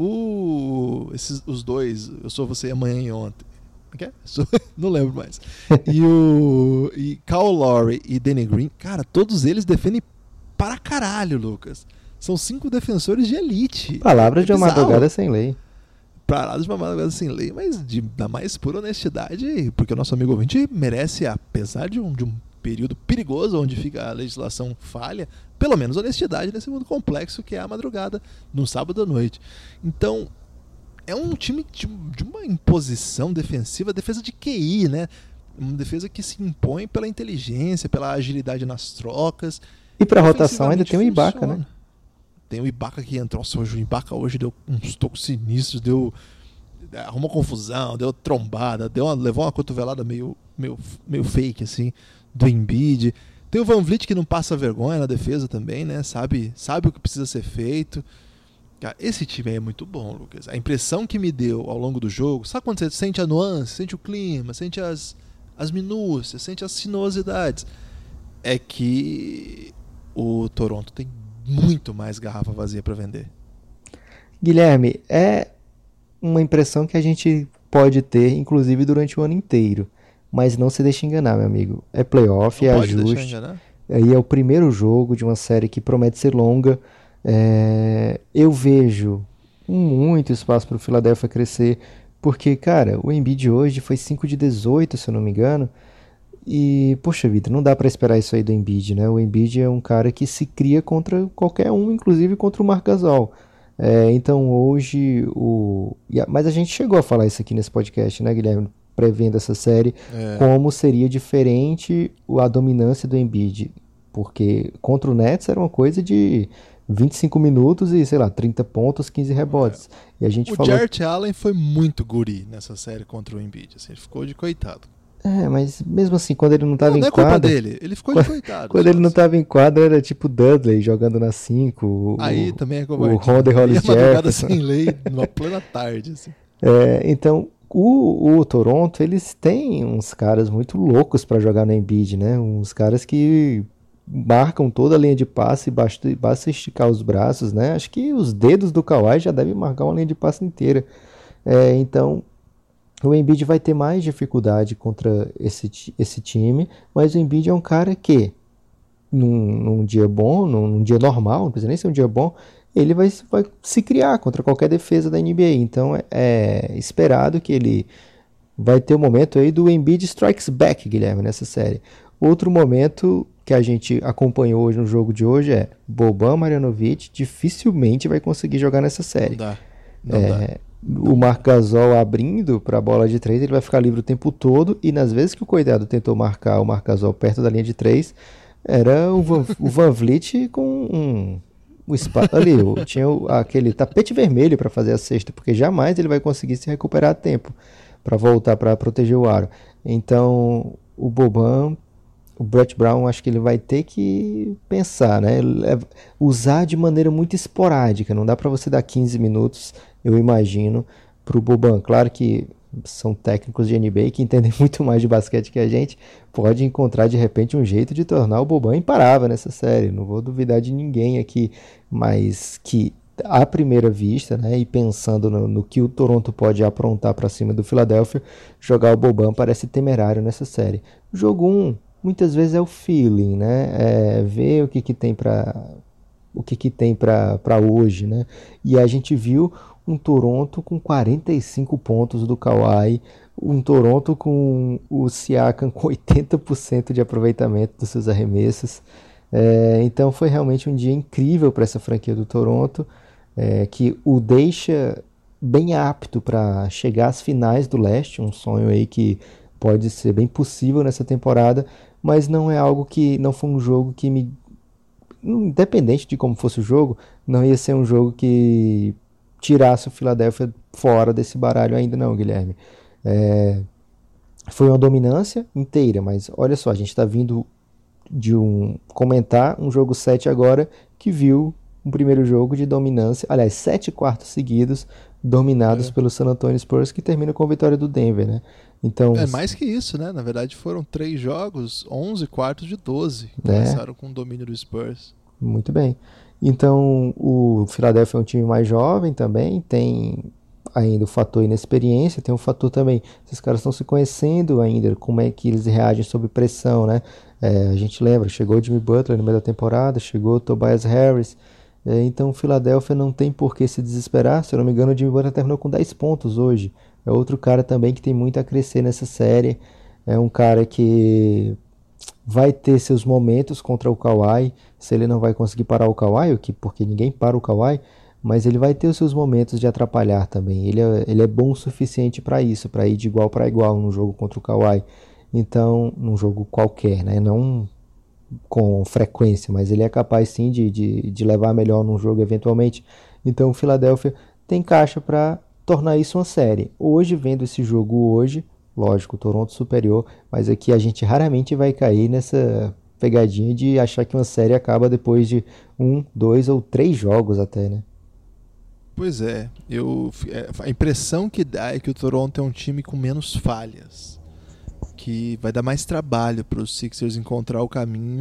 o, esses, os dois, eu sou você amanhã e ontem, okay? Não lembro mais, e o e Kyle Lowry e Danny Green, cara, todos eles defendem para caralho, Lucas. São cinco defensores de elite. Palavras é de uma bizarro. madrugada sem lei. Palavras de uma madrugada sem lei, mas de, da mais pura honestidade, porque o nosso amigo ouvinte merece, apesar de um, de um período perigoso onde fica a legislação falha, pelo menos honestidade nesse mundo complexo que é a madrugada, num sábado à noite. Então, é um time de, de uma imposição defensiva, defesa de Q I, né? Uma defesa que se impõe pela inteligência, pela agilidade nas trocas. E para rotação ainda tem o Ibaka, né? Tem o Ibaka que entrou. Nossa, hoje, o Ibaka hoje deu uns tocos sinistros, deu, arrumou confusão, deu trombada, deu uma, levou uma cotovelada meio, meio, meio fake, assim, do Embiid. Tem o Van Vliet que não passa vergonha na defesa também, né? Sabe, sabe o que precisa ser feito. Cara, esse time aí é muito bom, Lucas. A impressão que me deu ao longo do jogo, sabe quando você sente a nuance, sente o clima, sente as, as minúcias, sente as sinuosidades? É que o Toronto tem muito mais garrafa vazia para vender. Guilherme, é uma impressão que a gente pode ter, inclusive durante o ano inteiro, mas não se deixe enganar, meu amigo. É playoff, não é pode ajuste. Deixar enganar? Aí é o primeiro jogo de uma série que promete ser longa. É... Eu vejo muito espaço para o Philadelphia crescer, porque, cara, o Embiid hoje foi cinco de dezoito, se eu não me engano. E, poxa vida, não dá pra esperar isso aí do Embiid, né? O Embiid é um cara que se cria contra qualquer um, inclusive contra o Marc Gasol. É, então hoje o... Mas a gente chegou a falar isso aqui nesse podcast, né, Guilherme? Prevendo essa série, é. Como seria diferente a dominância do Embiid. Porque contra o Nets era uma coisa de vinte e cinco minutos e, sei lá, trinta pontos, quinze rebotes. É. E a gente o falou... Jarrett Allen foi muito guri nessa série contra o Embiid. Assim, ele ficou de coitado. É, mas mesmo assim, quando ele não tava não, em não é quadra... culpa dele, ele ficou de coitado. Quando ele não tava em quadra, era tipo Dudley jogando na cinco. Aí o, também é covardia. O Ronda Hollis Jefferson. sem lei, numa plena tarde. Assim. É, então, o, o Toronto, eles têm uns caras muito loucos pra jogar no Embiid, né? Uns caras que marcam toda a linha de passe, basta, basta esticar os braços, né? Acho que os dedos do Kawhi já devem marcar uma linha de passe inteira. É, então... O Embiid vai ter mais dificuldade contra esse, esse time, mas o Embiid é um cara que, num, num dia bom, num, num dia normal, não precisa nem ser um dia bom, ele vai, vai se criar contra qualquer defesa da N B A. Então é, é esperado que ele vai ter o um momento aí do Embiid Strikes Back, Guilherme, nessa série. Outro momento que a gente acompanhou hoje no jogo de hoje é Boban Marjanovic dificilmente vai conseguir jogar nessa série. Não dá. Não é, dá. O Marc Gasol abrindo para a bola de três, ele vai ficar livre o tempo todo, e nas vezes que o coitado tentou marcar o Marc Gasol perto da linha de três, era o Van, o Van Vliet com um, um espaço ali, tinha o, aquele tapete vermelho para fazer a cesta, porque jamais ele vai conseguir se recuperar a tempo para voltar para proteger o aro. Então o Boban, o Brett Brown, acho que ele vai ter que pensar, né? Usar de maneira muito esporádica, não dá para você dar quinze minutos, eu imagino, para o Boban. Claro que são técnicos de N B A que entendem muito mais de basquete que a gente, pode encontrar de repente um jeito de tornar o Boban imparável nessa série, não vou duvidar de ninguém aqui, mas que à primeira vista, né, e pensando no, no que o Toronto pode aprontar para cima do Philadelphia, jogar o Boban parece temerário nessa série. Jogo um, muitas vezes é o feeling, né, é ver o que, que tem para o que, que tem para hoje, né, e a gente viu um Toronto com quarenta e cinco pontos do Kawhi, um Toronto com o Siakam com oitenta por cento de aproveitamento dos seus arremessos. É, então foi realmente um dia incrível para essa franquia do Toronto, é, que o deixa bem apto para chegar às finais do leste, um sonho aí que pode ser bem possível nessa temporada, mas não é algo que, não foi um jogo que me, independente de como fosse o jogo, não ia ser um jogo que tirasse o Philadelphia fora desse baralho ainda não, Guilherme. É, foi uma dominância inteira, mas olha só, a gente está vindo de um comentar um jogo sete agora que viu um primeiro jogo de dominância, aliás, sete quartos seguidos dominados É. pelo San Antonio Spurs, que termina com a vitória do Denver, né? Então, É mais que isso, né? Na verdade foram três jogos, onze quartos de doze. Que É. Começaram com o domínio do Spurs. muito bem. Então, o Philadelphia é um time mais jovem também, tem ainda o fator inexperiência, tem o fator também, esses caras estão se conhecendo ainda, como é que eles reagem sob pressão, né? É, a gente lembra, chegou o Jimmy Butler no meio da temporada, chegou o Tobias Harris, é, então o Philadelphia não tem por que se desesperar. Se eu não me engano, o Jimmy Butler terminou com dez pontos hoje, é outro cara também que tem muito a crescer nessa série, é um cara que vai ter seus momentos contra o Kawhi, se ele não vai conseguir parar o Kawhi, o que- porque ninguém para o Kawhi, mas ele vai ter os seus momentos de atrapalhar também. Ele é, ele é bom o suficiente para isso, para ir de igual para igual num jogo contra o Kawhi. Então, num jogo qualquer, né? Não com frequência, mas ele é capaz sim de, de, de levar melhor num jogo eventualmente. Então, o Philadelphia tem caixa para tornar isso uma série. Hoje, vendo esse jogo hoje, lógico, o Toronto superior, mas aqui a gente raramente vai cair nessa pegadinha de achar que uma série acaba depois de um, dois ou três jogos até, né? Pois é, eu, é, a impressão que dá é que o Toronto é um time com menos falhas, que vai dar mais trabalho para os Sixers encontrar o caminho,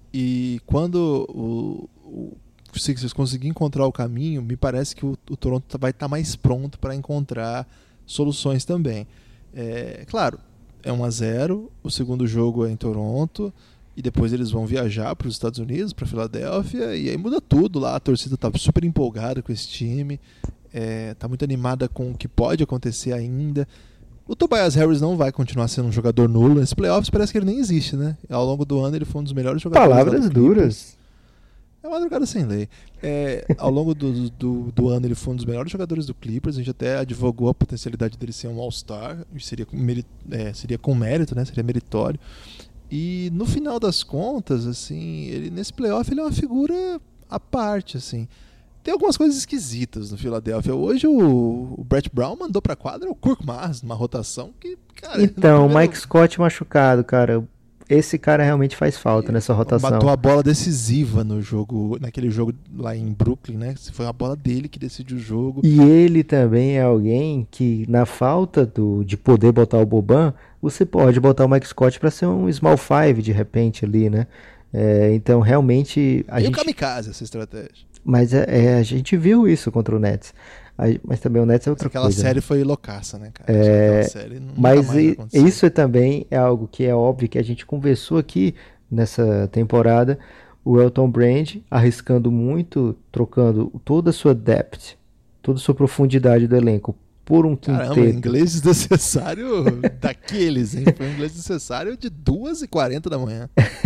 e quando o, o Sixers conseguir encontrar o caminho, me parece que o, o Toronto vai estar mais pronto para encontrar soluções também. É, claro, é um a zero, o segundo jogo é em Toronto, e depois eles vão viajar para os Estados Unidos, para Filadélfia, e aí muda tudo lá. A torcida está super empolgada com esse time, está muito animada com o que pode acontecer ainda. O Tobias Harris não vai continuar sendo um jogador nulo. Nesse playoffs parece que ele nem existe, né? Ao longo do ano ele foi um dos melhores jogadores. Palavras duras. É uma madrugada sem lei. É, ao longo do, do, do ano ele foi um dos melhores jogadores do Clippers. A gente até advogou a potencialidade dele ser um All-Star. Seria com, é, seria com mérito, né? Seria meritório. E no final das contas, assim, ele nesse playoff ele é uma figura à parte, assim. Tem algumas coisas esquisitas no Philadelphia. Hoje o, o Brett Brown mandou pra quadra o Korkmaz numa rotação que, cara... Então, o primeiro... Mike Scott machucado, cara. Esse cara realmente faz falta nessa rotação. Matou a bola decisiva no jogo, naquele jogo lá em Brooklyn, né? Foi a bola dele que decidiu o jogo. E ele também é alguém que, na falta do, de poder botar o Boban, você pode botar o Mike Scott para ser um small five de repente ali, né? É, então, realmente... A e gente... o kamikaze essa estratégia. Mas é, é, a gente viu isso contra o Nets. A, mas também o Nets é outra Aquela coisa. série né? foi loucaça, né, cara? É, série nunca mas mais e, aconteceu. isso é também é algo que é óbvio que a gente conversou aqui nessa temporada. O Elton Brand arriscando muito, trocando toda a sua depth, toda a sua profundidade do elenco por um Caramba, quinteto. inglês desnecessário daqueles, hein? Foi um inglês desnecessário de duas e quarenta da manhã.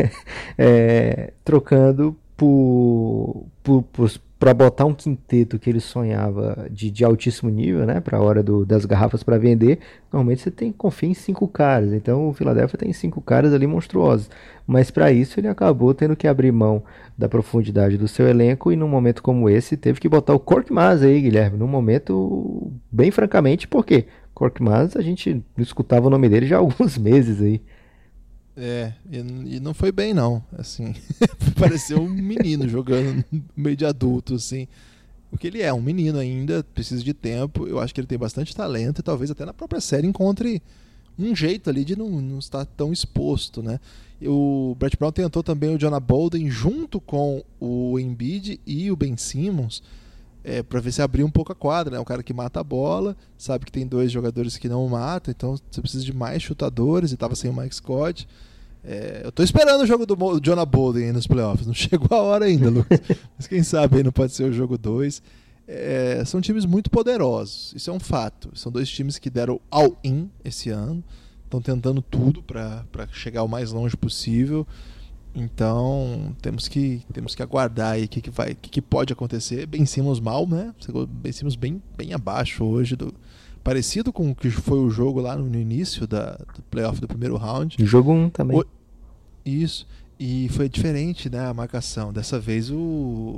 é, trocando por, por, por para botar um quinteto que ele sonhava de, de altíssimo nível, né, para a hora do, das garrafas para vender. Normalmente você tem que confiar em cinco caras, então o Philadelphia tem cinco caras ali monstruosos, mas para isso ele acabou tendo que abrir mão da profundidade do seu elenco, e num momento como esse teve que botar o Korkmaz aí, Guilherme, num momento bem francamente, porque Korkmaz a gente não escutava o nome dele já há alguns meses aí. É, e, e não foi bem não, assim, pareceu um menino jogando no meio de adulto, assim, porque ele é um menino ainda, precisa de tempo. Eu acho que ele tem bastante talento e talvez até na própria série encontre um jeito ali de não, não estar tão exposto, né? E o Brett Brown tentou também o Jonah Bolden junto com o Embiid e o Ben Simmons, é, para ver se abrir um pouco a quadra, né? O cara que mata a bola, sabe que tem dois jogadores que não matam, então você precisa de mais chutadores, e tava sem o Mike Scott. É, eu tô esperando o jogo do Mo- Jonah Bolden aí nos playoffs, não chegou a hora ainda, Lucas, mas quem sabe aí não pode ser o jogo dois. É, são times muito poderosos, isso é um fato. São dois times que deram all-in esse ano, estão tentando tudo para chegar o mais longe possível. Então temos que, temos que aguardar aí o que, que, vai, que, que pode acontecer. Ben Simmons mal, né? Ben Simmons bem, bem abaixo hoje, do, parecido com o que foi o jogo lá no, no início da, do playoff do primeiro round. Jogo um também. O, isso. E foi diferente, né, a marcação. Dessa vez o,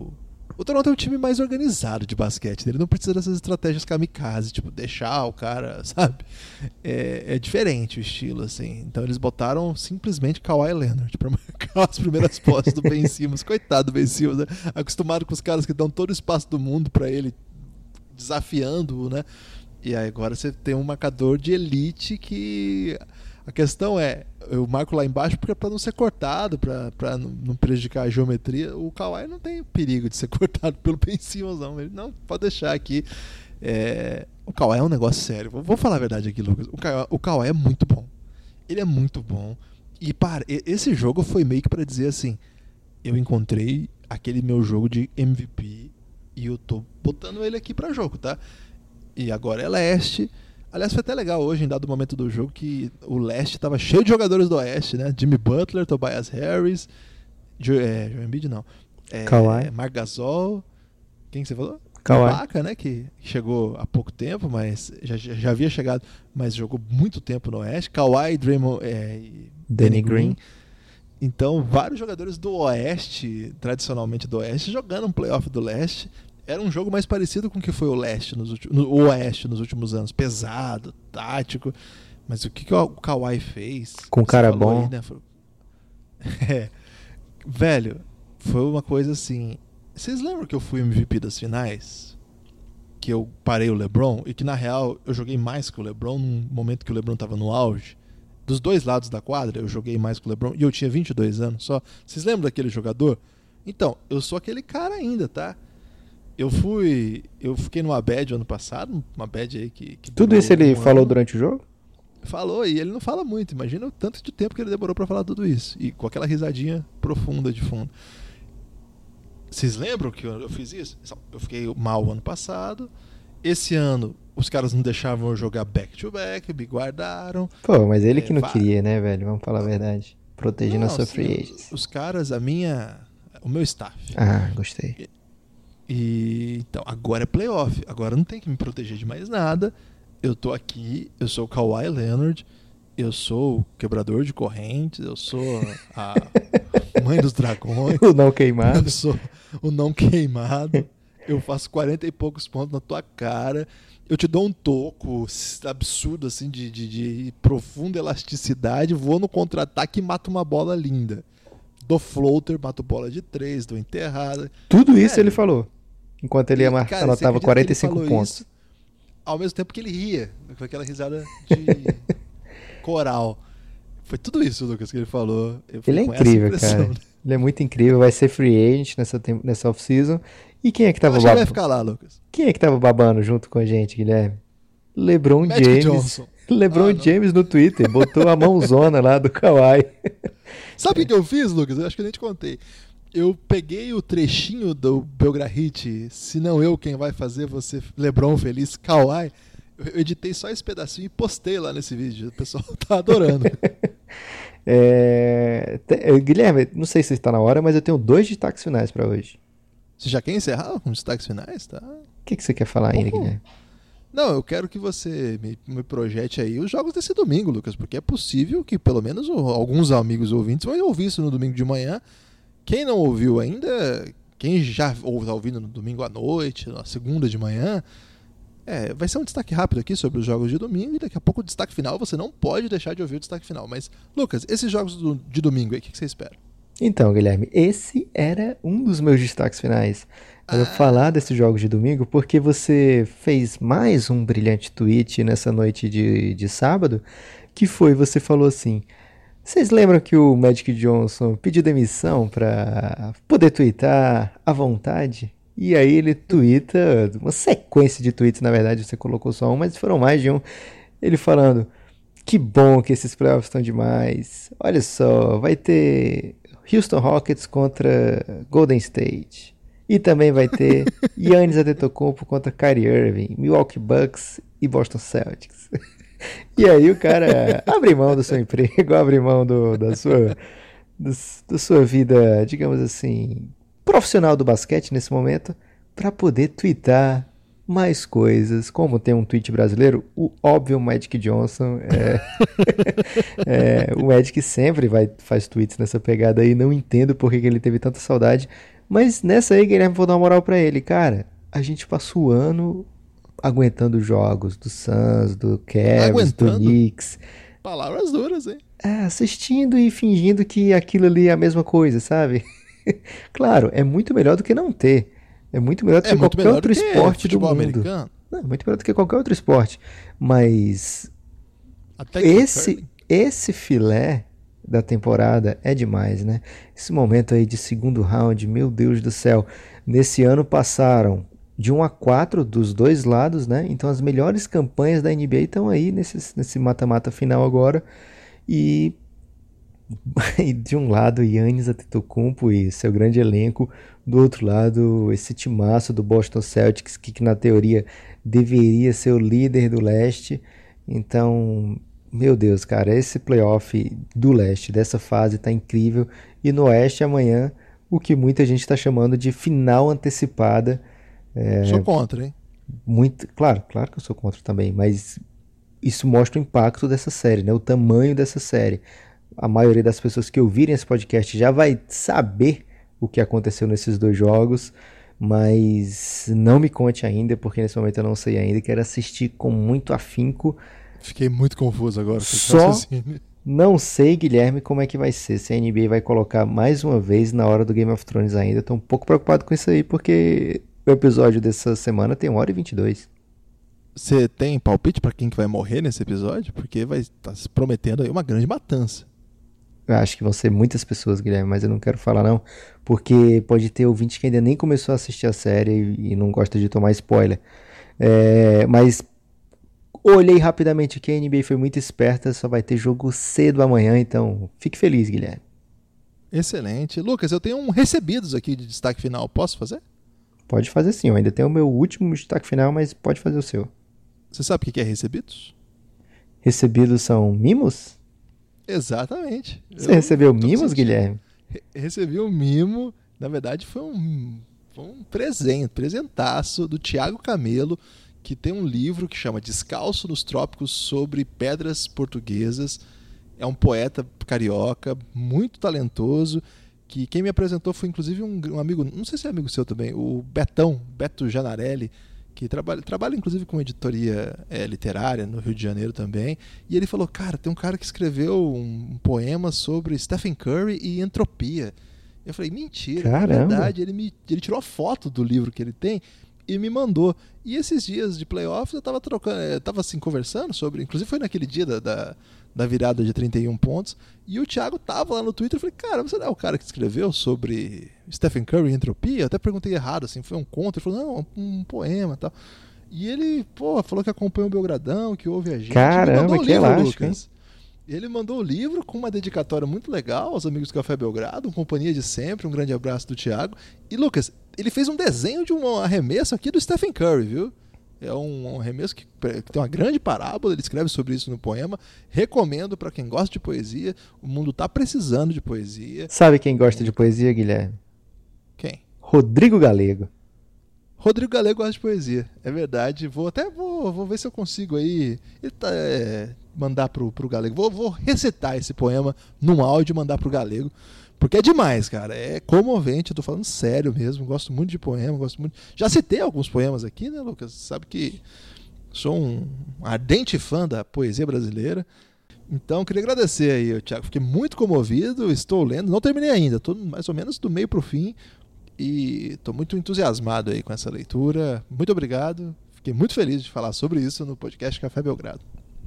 O Toronto é um time mais organizado de basquete. Ele não precisa dessas estratégias kamikaze, tipo, deixar o cara, sabe? É, é diferente o estilo, assim. Então eles botaram simplesmente Kawhi Leonard pra marcar as primeiras posses do Ben Simmons. Coitado do Ben Simmons, né? Acostumado com os caras que dão todo o espaço do mundo pra ele, desafiando-o, né? E aí agora você tem um marcador de elite que... A questão é, eu marco lá embaixo porque é pra não ser cortado, pra, pra não prejudicar a geometria. O Kawhi não tem perigo de ser cortado pelo Ben Simmons, não. Ele, não, pode deixar aqui. É, o Kawhi é um negócio sério. Vou, vou falar a verdade aqui, Lucas. O Kawhi, o Kawhi é muito bom. Ele é muito bom. E, para, esse jogo foi meio que pra dizer assim, eu encontrei aquele meu jogo de M V P e eu tô botando ele aqui pra jogo, tá? E agora é leste. Aliás, foi até legal hoje, em dado momento do jogo, que o leste estava cheio de jogadores do oeste, né? Jimmy Butler, Tobias Harris, jo, é, Joel Embiid não, é, Kawhi, Marc Gasol, quem que você falou? Kawhi. Ibaka, né? Que chegou há pouco tempo, mas já, já havia chegado, mas jogou muito tempo no oeste. Kawhi, Draymond é, e Danny Green. Green. Então, vários jogadores do oeste, tradicionalmente do oeste, jogando um playoff do leste. Era um jogo mais parecido com o que foi o leste nos últimos, o oeste nos últimos anos. Pesado, tático. Mas o que, que o Kawhi fez? Com cara bom. Aí, né? Foi... é. Velho, foi uma coisa assim... Vocês lembram que eu fui M V P das finais? Que eu parei o LeBron? E que, na real, eu joguei mais que o LeBron num momento que o LeBron estava no auge. Dos dois lados da quadra, eu joguei mais que o LeBron. E eu tinha vinte e dois anos só. Vocês lembram daquele jogador? Então, eu sou aquele cara ainda, tá? Eu fui. Eu fiquei numa bad ano passado, uma bad aí que. que tudo isso ele um falou ano. Durante o jogo? Falou, e ele não fala muito. Imagina o tanto de tempo que ele demorou pra falar tudo isso. E com aquela risadinha profunda de fundo. Vocês lembram que eu, eu fiz isso? Eu fiquei mal ano passado. Esse ano, os caras não deixavam eu jogar back-to-back, me guardaram. Pô, mas ele é, que não vai... queria, né, velho? Vamos falar a verdade. Protegendo não, a sua sim, free os, agents. os caras, a minha. O meu staff. Ah, gostei. E então, agora é playoff, agora não tem que me proteger de mais nada. Eu tô aqui, eu sou o Kawhi Leonard, eu sou o quebrador de correntes, eu sou a mãe dos dragões. O não queimado. Eu sou o não queimado. Eu faço quarenta e poucos pontos na tua cara. Eu te dou um toco absurdo, assim, de, de, de profunda elasticidade, vou no contra-ataque e mato uma bola linda. Dou floater, mato bola de três, dou enterrada. Tudo isso é, ele falou. Enquanto ele ia marcar, anotava quarenta e cinco pontos. Isso, ao mesmo tempo que ele ria, com aquela risada de coral. Foi tudo isso, Lucas, que ele falou. Ele é incrível, cara. Ele é muito incrível. Vai ser free agent nessa, nessa off-season. E quem é que tava babando? Vai ficar lá, Lucas. Quem é que tava babando junto com a gente, Guilherme? LeBron Magic James. Johnson. LeBron ah, James no Twitter. Botou a mãozona lá do Kawhi. Sabe o é. que eu fiz, Lucas? Eu acho que eu nem te contei. Eu peguei o trechinho do Belgrahit, se não eu quem vai fazer você, LeBron feliz, Kawhi. Eu editei só esse pedacinho e postei lá nesse vídeo. O pessoal tá adorando. é... Guilherme, não sei se está na hora, mas eu tenho dois destaques finais para hoje. Você já quer encerrar com os destaques finais? Tá? O que, que você quer falar ainda, Guilherme? Não, eu quero que você me, me projete aí os jogos desse domingo, Lucas, porque é possível que pelo menos alguns amigos ouvintes vão ouvir isso no domingo de manhã. Quem não ouviu ainda, quem já está ouvindo no domingo à noite, na segunda de manhã, é, vai ser um destaque rápido aqui sobre os jogos de domingo e daqui a pouco o destaque final, você não pode deixar de ouvir o destaque final. Mas, Lucas, esses jogos do, de domingo aí, o que, que você espera? Então, Guilherme, esse era um dos meus destaques finais. Eu vou ah. falar desses jogos de domingo porque você fez mais um brilhante tweet nessa noite de, de sábado, que foi, você falou assim... Vocês lembram que o Magic Johnson pediu demissão para poder twittar à vontade? E aí ele twitta, uma sequência de tweets, na verdade, você colocou só um, mas foram mais de um. Ele falando, que bom que esses playoffs estão demais. Olha só, vai ter Houston Rockets contra Golden State. E também vai ter Giannis Antetokounmpo contra Kyrie Irving, Milwaukee Bucks e Boston Celtics. E aí o cara abre mão do seu emprego, abre mão do, da, sua, do, da sua vida, digamos assim, profissional do basquete nesse momento, para poder twittar mais coisas. Como tem um tweet brasileiro, o óbvio Magic Johnson. É, é, o Magic sempre vai, faz tweets nessa pegada aí, não entendo por que, que ele teve tanta saudade, Mas nessa aí, Guilherme, vou dar uma moral pra ele. Cara, a gente passa o ano aguentando jogos do Suns, do Cavs, do Aguentando? Knicks. Palavras duras, hein? É, assistindo e fingindo que aquilo ali é a mesma coisa, sabe? Claro, é muito melhor do que não ter. É muito melhor do É que muito qualquer melhor outro do que esporte do futebol mundo. americano. Não, é muito melhor do que qualquer outro esporte. Mas Até que esse, curling. esse filé da temporada é demais, né? Esse momento aí de segundo round, meu Deus do céu. Nesse ano passaram de um a quatro dos dois lados, né? Então as melhores campanhas da N B A estão aí nesse, nesse mata-mata final agora. E, e de um lado, Giannis Antetokounmpo e seu grande elenco. Do outro lado, esse timaço do Boston Celtics, que, que na teoria deveria ser o líder do leste. Então, meu Deus, cara, esse playoff do leste, dessa fase, tá incrível. E no oeste, amanhã, o que muita gente está chamando de final antecipada. Sou contra, hein? Muito, claro, claro que eu sou contra também, mas isso mostra o impacto dessa série, né? O tamanho dessa série. A maioria das pessoas que ouvirem esse podcast já vai saber o que aconteceu nesses dois jogos, mas não me conte ainda, porque nesse momento eu não sei ainda. Quero assistir com muito afinco. Fiquei muito confuso agora. Só não sei, Guilherme, como é que vai ser. Se a N B A vai colocar mais uma vez na hora do Game of Thrones ainda. Tô um pouco preocupado com isso aí, porque o episódio dessa semana tem uma hora e vinte e dois. Você tem palpite pra quem que vai morrer nesse episódio? Porque vai estar se prometendo aí uma grande matança. Eu acho que vão ser muitas pessoas, Guilherme, mas eu não quero falar não, porque pode ter ouvinte que ainda nem começou a assistir a série e não gosta de tomar spoiler. É, mas olhei rapidamente aqui, a N B A foi muito esperta, só vai ter jogo cedo amanhã, então fique feliz, Guilherme. Excelente. Lucas, eu tenho um recebidos aqui de destaque final, posso fazer? Pode fazer sim, eu ainda tenho o meu último destaque final, mas pode fazer o seu. Você sabe o que é recebidos? Recebidos são mimos? Exatamente. Você eu recebeu mimos, Guilherme? Re recebi um mimo, na verdade foi um, foi um presente, presentaço do Thiago Camelo, que tem um livro que chama Descalço nos Trópicos sobre Pedras Portuguesas. É um poeta carioca, muito talentoso, que quem me apresentou foi inclusive um, um amigo, não sei se é amigo seu também, o Betão, Beto Janarelli, que trabalha, trabalha inclusive com editoria é, literária no Rio de Janeiro também, e ele falou, cara, tem um cara que escreveu um, um poema sobre Stephen Curry e entropia. Eu falei, mentira, Caramba. é verdade, ele, me, ele tirou a foto do livro que ele tem e me mandou. E esses dias de playoffs eu tava trocando, eu tava assim, conversando sobre, inclusive foi naquele dia da, da, da virada de trinta e um pontos, e o Thiago tava lá no Twitter, eu falei, cara, você não é o cara que escreveu sobre Stephen Curry e entropia? Eu até perguntei errado, assim, foi um conto, ele falou, não, um, um poema e tal. E ele, pô, falou que acompanha o Belgradão, que ouve a gente. Caramba, que elástico, hein? Ele mandou o livro com uma dedicatória muito legal aos amigos do Café Belgrado, companhia de sempre, um grande abraço do Thiago. E, Lucas, ele fez um desenho de um arremesso aqui do Stephen Curry, viu? É um, um arremesso que, que tem uma grande parábola, ele escreve sobre isso no poema. Recomendo para quem gosta de poesia, o mundo tá precisando de poesia. Sabe quem gosta de poesia, Guilherme? Quem? Rodrigo Galego. Rodrigo Galego gosta de poesia, é verdade. Vou até vou, vou ver se eu consigo aí ele tá, é, mandar pro, pro Galego. Vou, vou recitar esse poema num áudio e mandar pro Galego, porque é demais, cara. É comovente, eu tô falando sério mesmo. Gosto muito de poema, gosto muito. Já citei alguns poemas aqui, né, Lucas? Sabe que sou um ardente fã da poesia brasileira. Então, queria agradecer aí, Thiago. Fiquei muito comovido, estou lendo, não terminei ainda, estou mais ou menos do meio pro fim. E estou muito entusiasmado aí com essa leitura. Muito obrigado. Fiquei muito feliz de falar sobre isso no podcast Café Belgrado.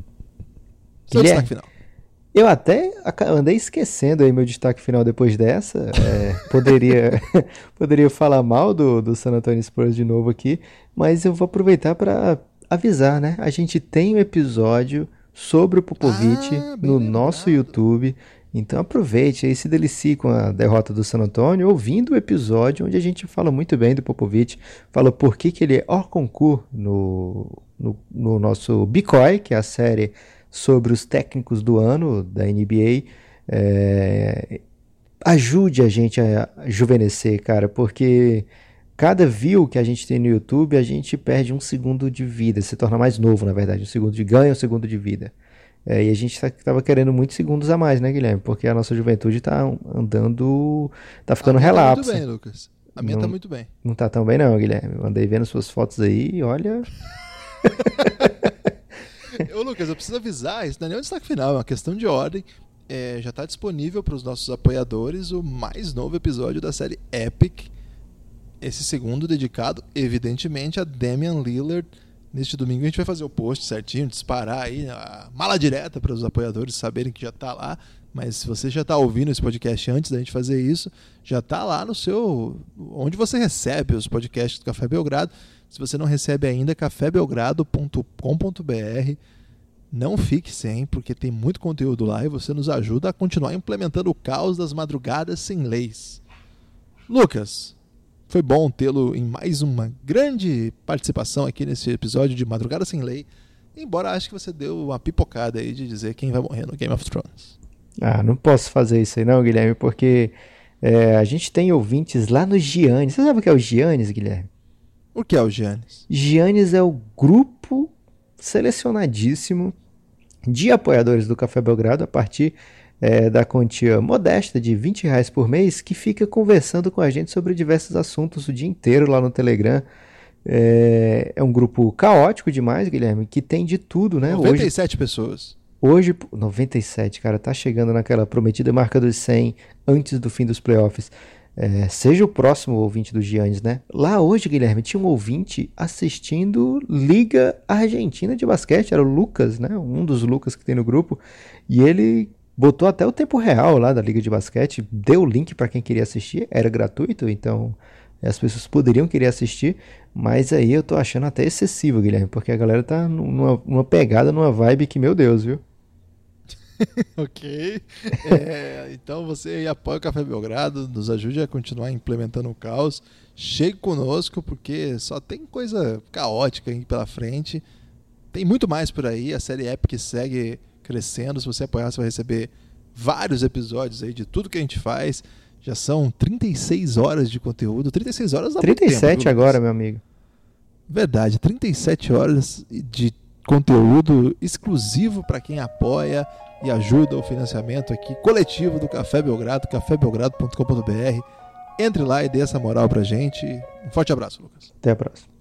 Seu Guilherme, destaque final. Eu até andei esquecendo aí meu destaque final depois dessa. É, poderia, poderia falar mal do, do San Antonio Spurs de novo aqui, mas eu vou aproveitar para avisar, né? A gente tem um episódio sobre o Popovich Ah, bem no lembrado. nosso YouTube. Então aproveite aí, se delicie com a derrota do San Antonio, ouvindo o episódio onde a gente fala muito bem do Popovich, fala por que, que ele é hors concours no, no, no nosso B C O I, que é a série sobre os técnicos do ano da N B A. É, ajude a gente a juvenescer, cara, porque cada view que a gente tem no YouTube, a gente perde um segundo de vida, se torna mais novo, na verdade, um segundo de ganho, um segundo de vida. É, e a gente estava querendo muitos segundos a mais, né, Guilherme? Porque a nossa juventude está andando, tá ficando Ah, tá relapso. muito bem, Lucas. A minha não, tá muito bem. Não tá tão bem não, Guilherme. Eu andei vendo suas fotos aí e olha... Ô Lucas, eu preciso avisar, isso não é nem um destaque final, é uma questão de ordem. É, já está disponível para os nossos apoiadores o mais novo episódio da série Epic. Esse segundo dedicado, evidentemente, a Damian Lillard. Neste domingo a gente vai fazer o post certinho, disparar aí a mala direta para os apoiadores saberem que já está lá. Mas se você já está ouvindo esse podcast antes da gente fazer isso, já está lá no seu... onde você recebe os podcasts do Café Belgrado. Se você não recebe ainda, café belgrado ponto com ponto b r. Não fique sem, porque tem muito conteúdo lá e você nos ajuda a continuar implementando o caos das madrugadas sem leis. Lucas, foi bom tê-lo em mais uma grande participação aqui nesse episódio de Madrugada Sem Lei, embora acho que você deu uma pipocada aí de dizer quem vai morrer no Game of Thrones. Ah, não posso fazer isso aí não, Guilherme, porque é, a gente tem ouvintes lá no Giannis. Você sabe o que é o Giannis, Guilherme? O que é o Giannis? Giannis é o grupo selecionadíssimo de apoiadores do Café Belgrado a partir é, da quantia modesta de vinte reais por mês, que fica conversando com a gente sobre diversos assuntos o dia inteiro lá no Telegram. É, é um grupo caótico demais, Guilherme, que tem de tudo, né? noventa e sete Hoje... pessoas. Hoje, noventa e sete, cara, tá chegando naquela prometida marca dos cem antes do fim dos playoffs. É, seja o próximo ouvinte do Giannis, né? Lá hoje, Guilherme, tinha um ouvinte assistindo Liga Argentina de basquete, era o Lucas, né? Um dos Lucas que tem no grupo, e ele botou até o tempo real lá da Liga de basquete, deu o link para quem queria assistir, era gratuito, então as pessoas poderiam querer assistir, mas aí eu tô achando até excessivo, Guilherme, porque a galera tá numa, numa pegada, numa vibe que, meu Deus, viu? Ok, é, então você apoia o Café Belgrado, nos ajude a continuar implementando o caos, chegue conosco porque só tem coisa caótica aí pela frente, tem muito mais por aí, a série Epic segue crescendo, se você apoiar você vai receber vários episódios aí de tudo que a gente faz, já são trinta e seis horas de conteúdo, trinta e seis horas dá trinta e sete muito tempo, agora, meu amigo. Verdade, trinta e sete horas de conteúdo exclusivo para quem apoia e ajuda o financiamento aqui coletivo do Café Belgrado, café belgrado ponto com ponto b r. Entre lá e dê essa moral pra gente. Um forte abraço, Lucas. Até a próxima.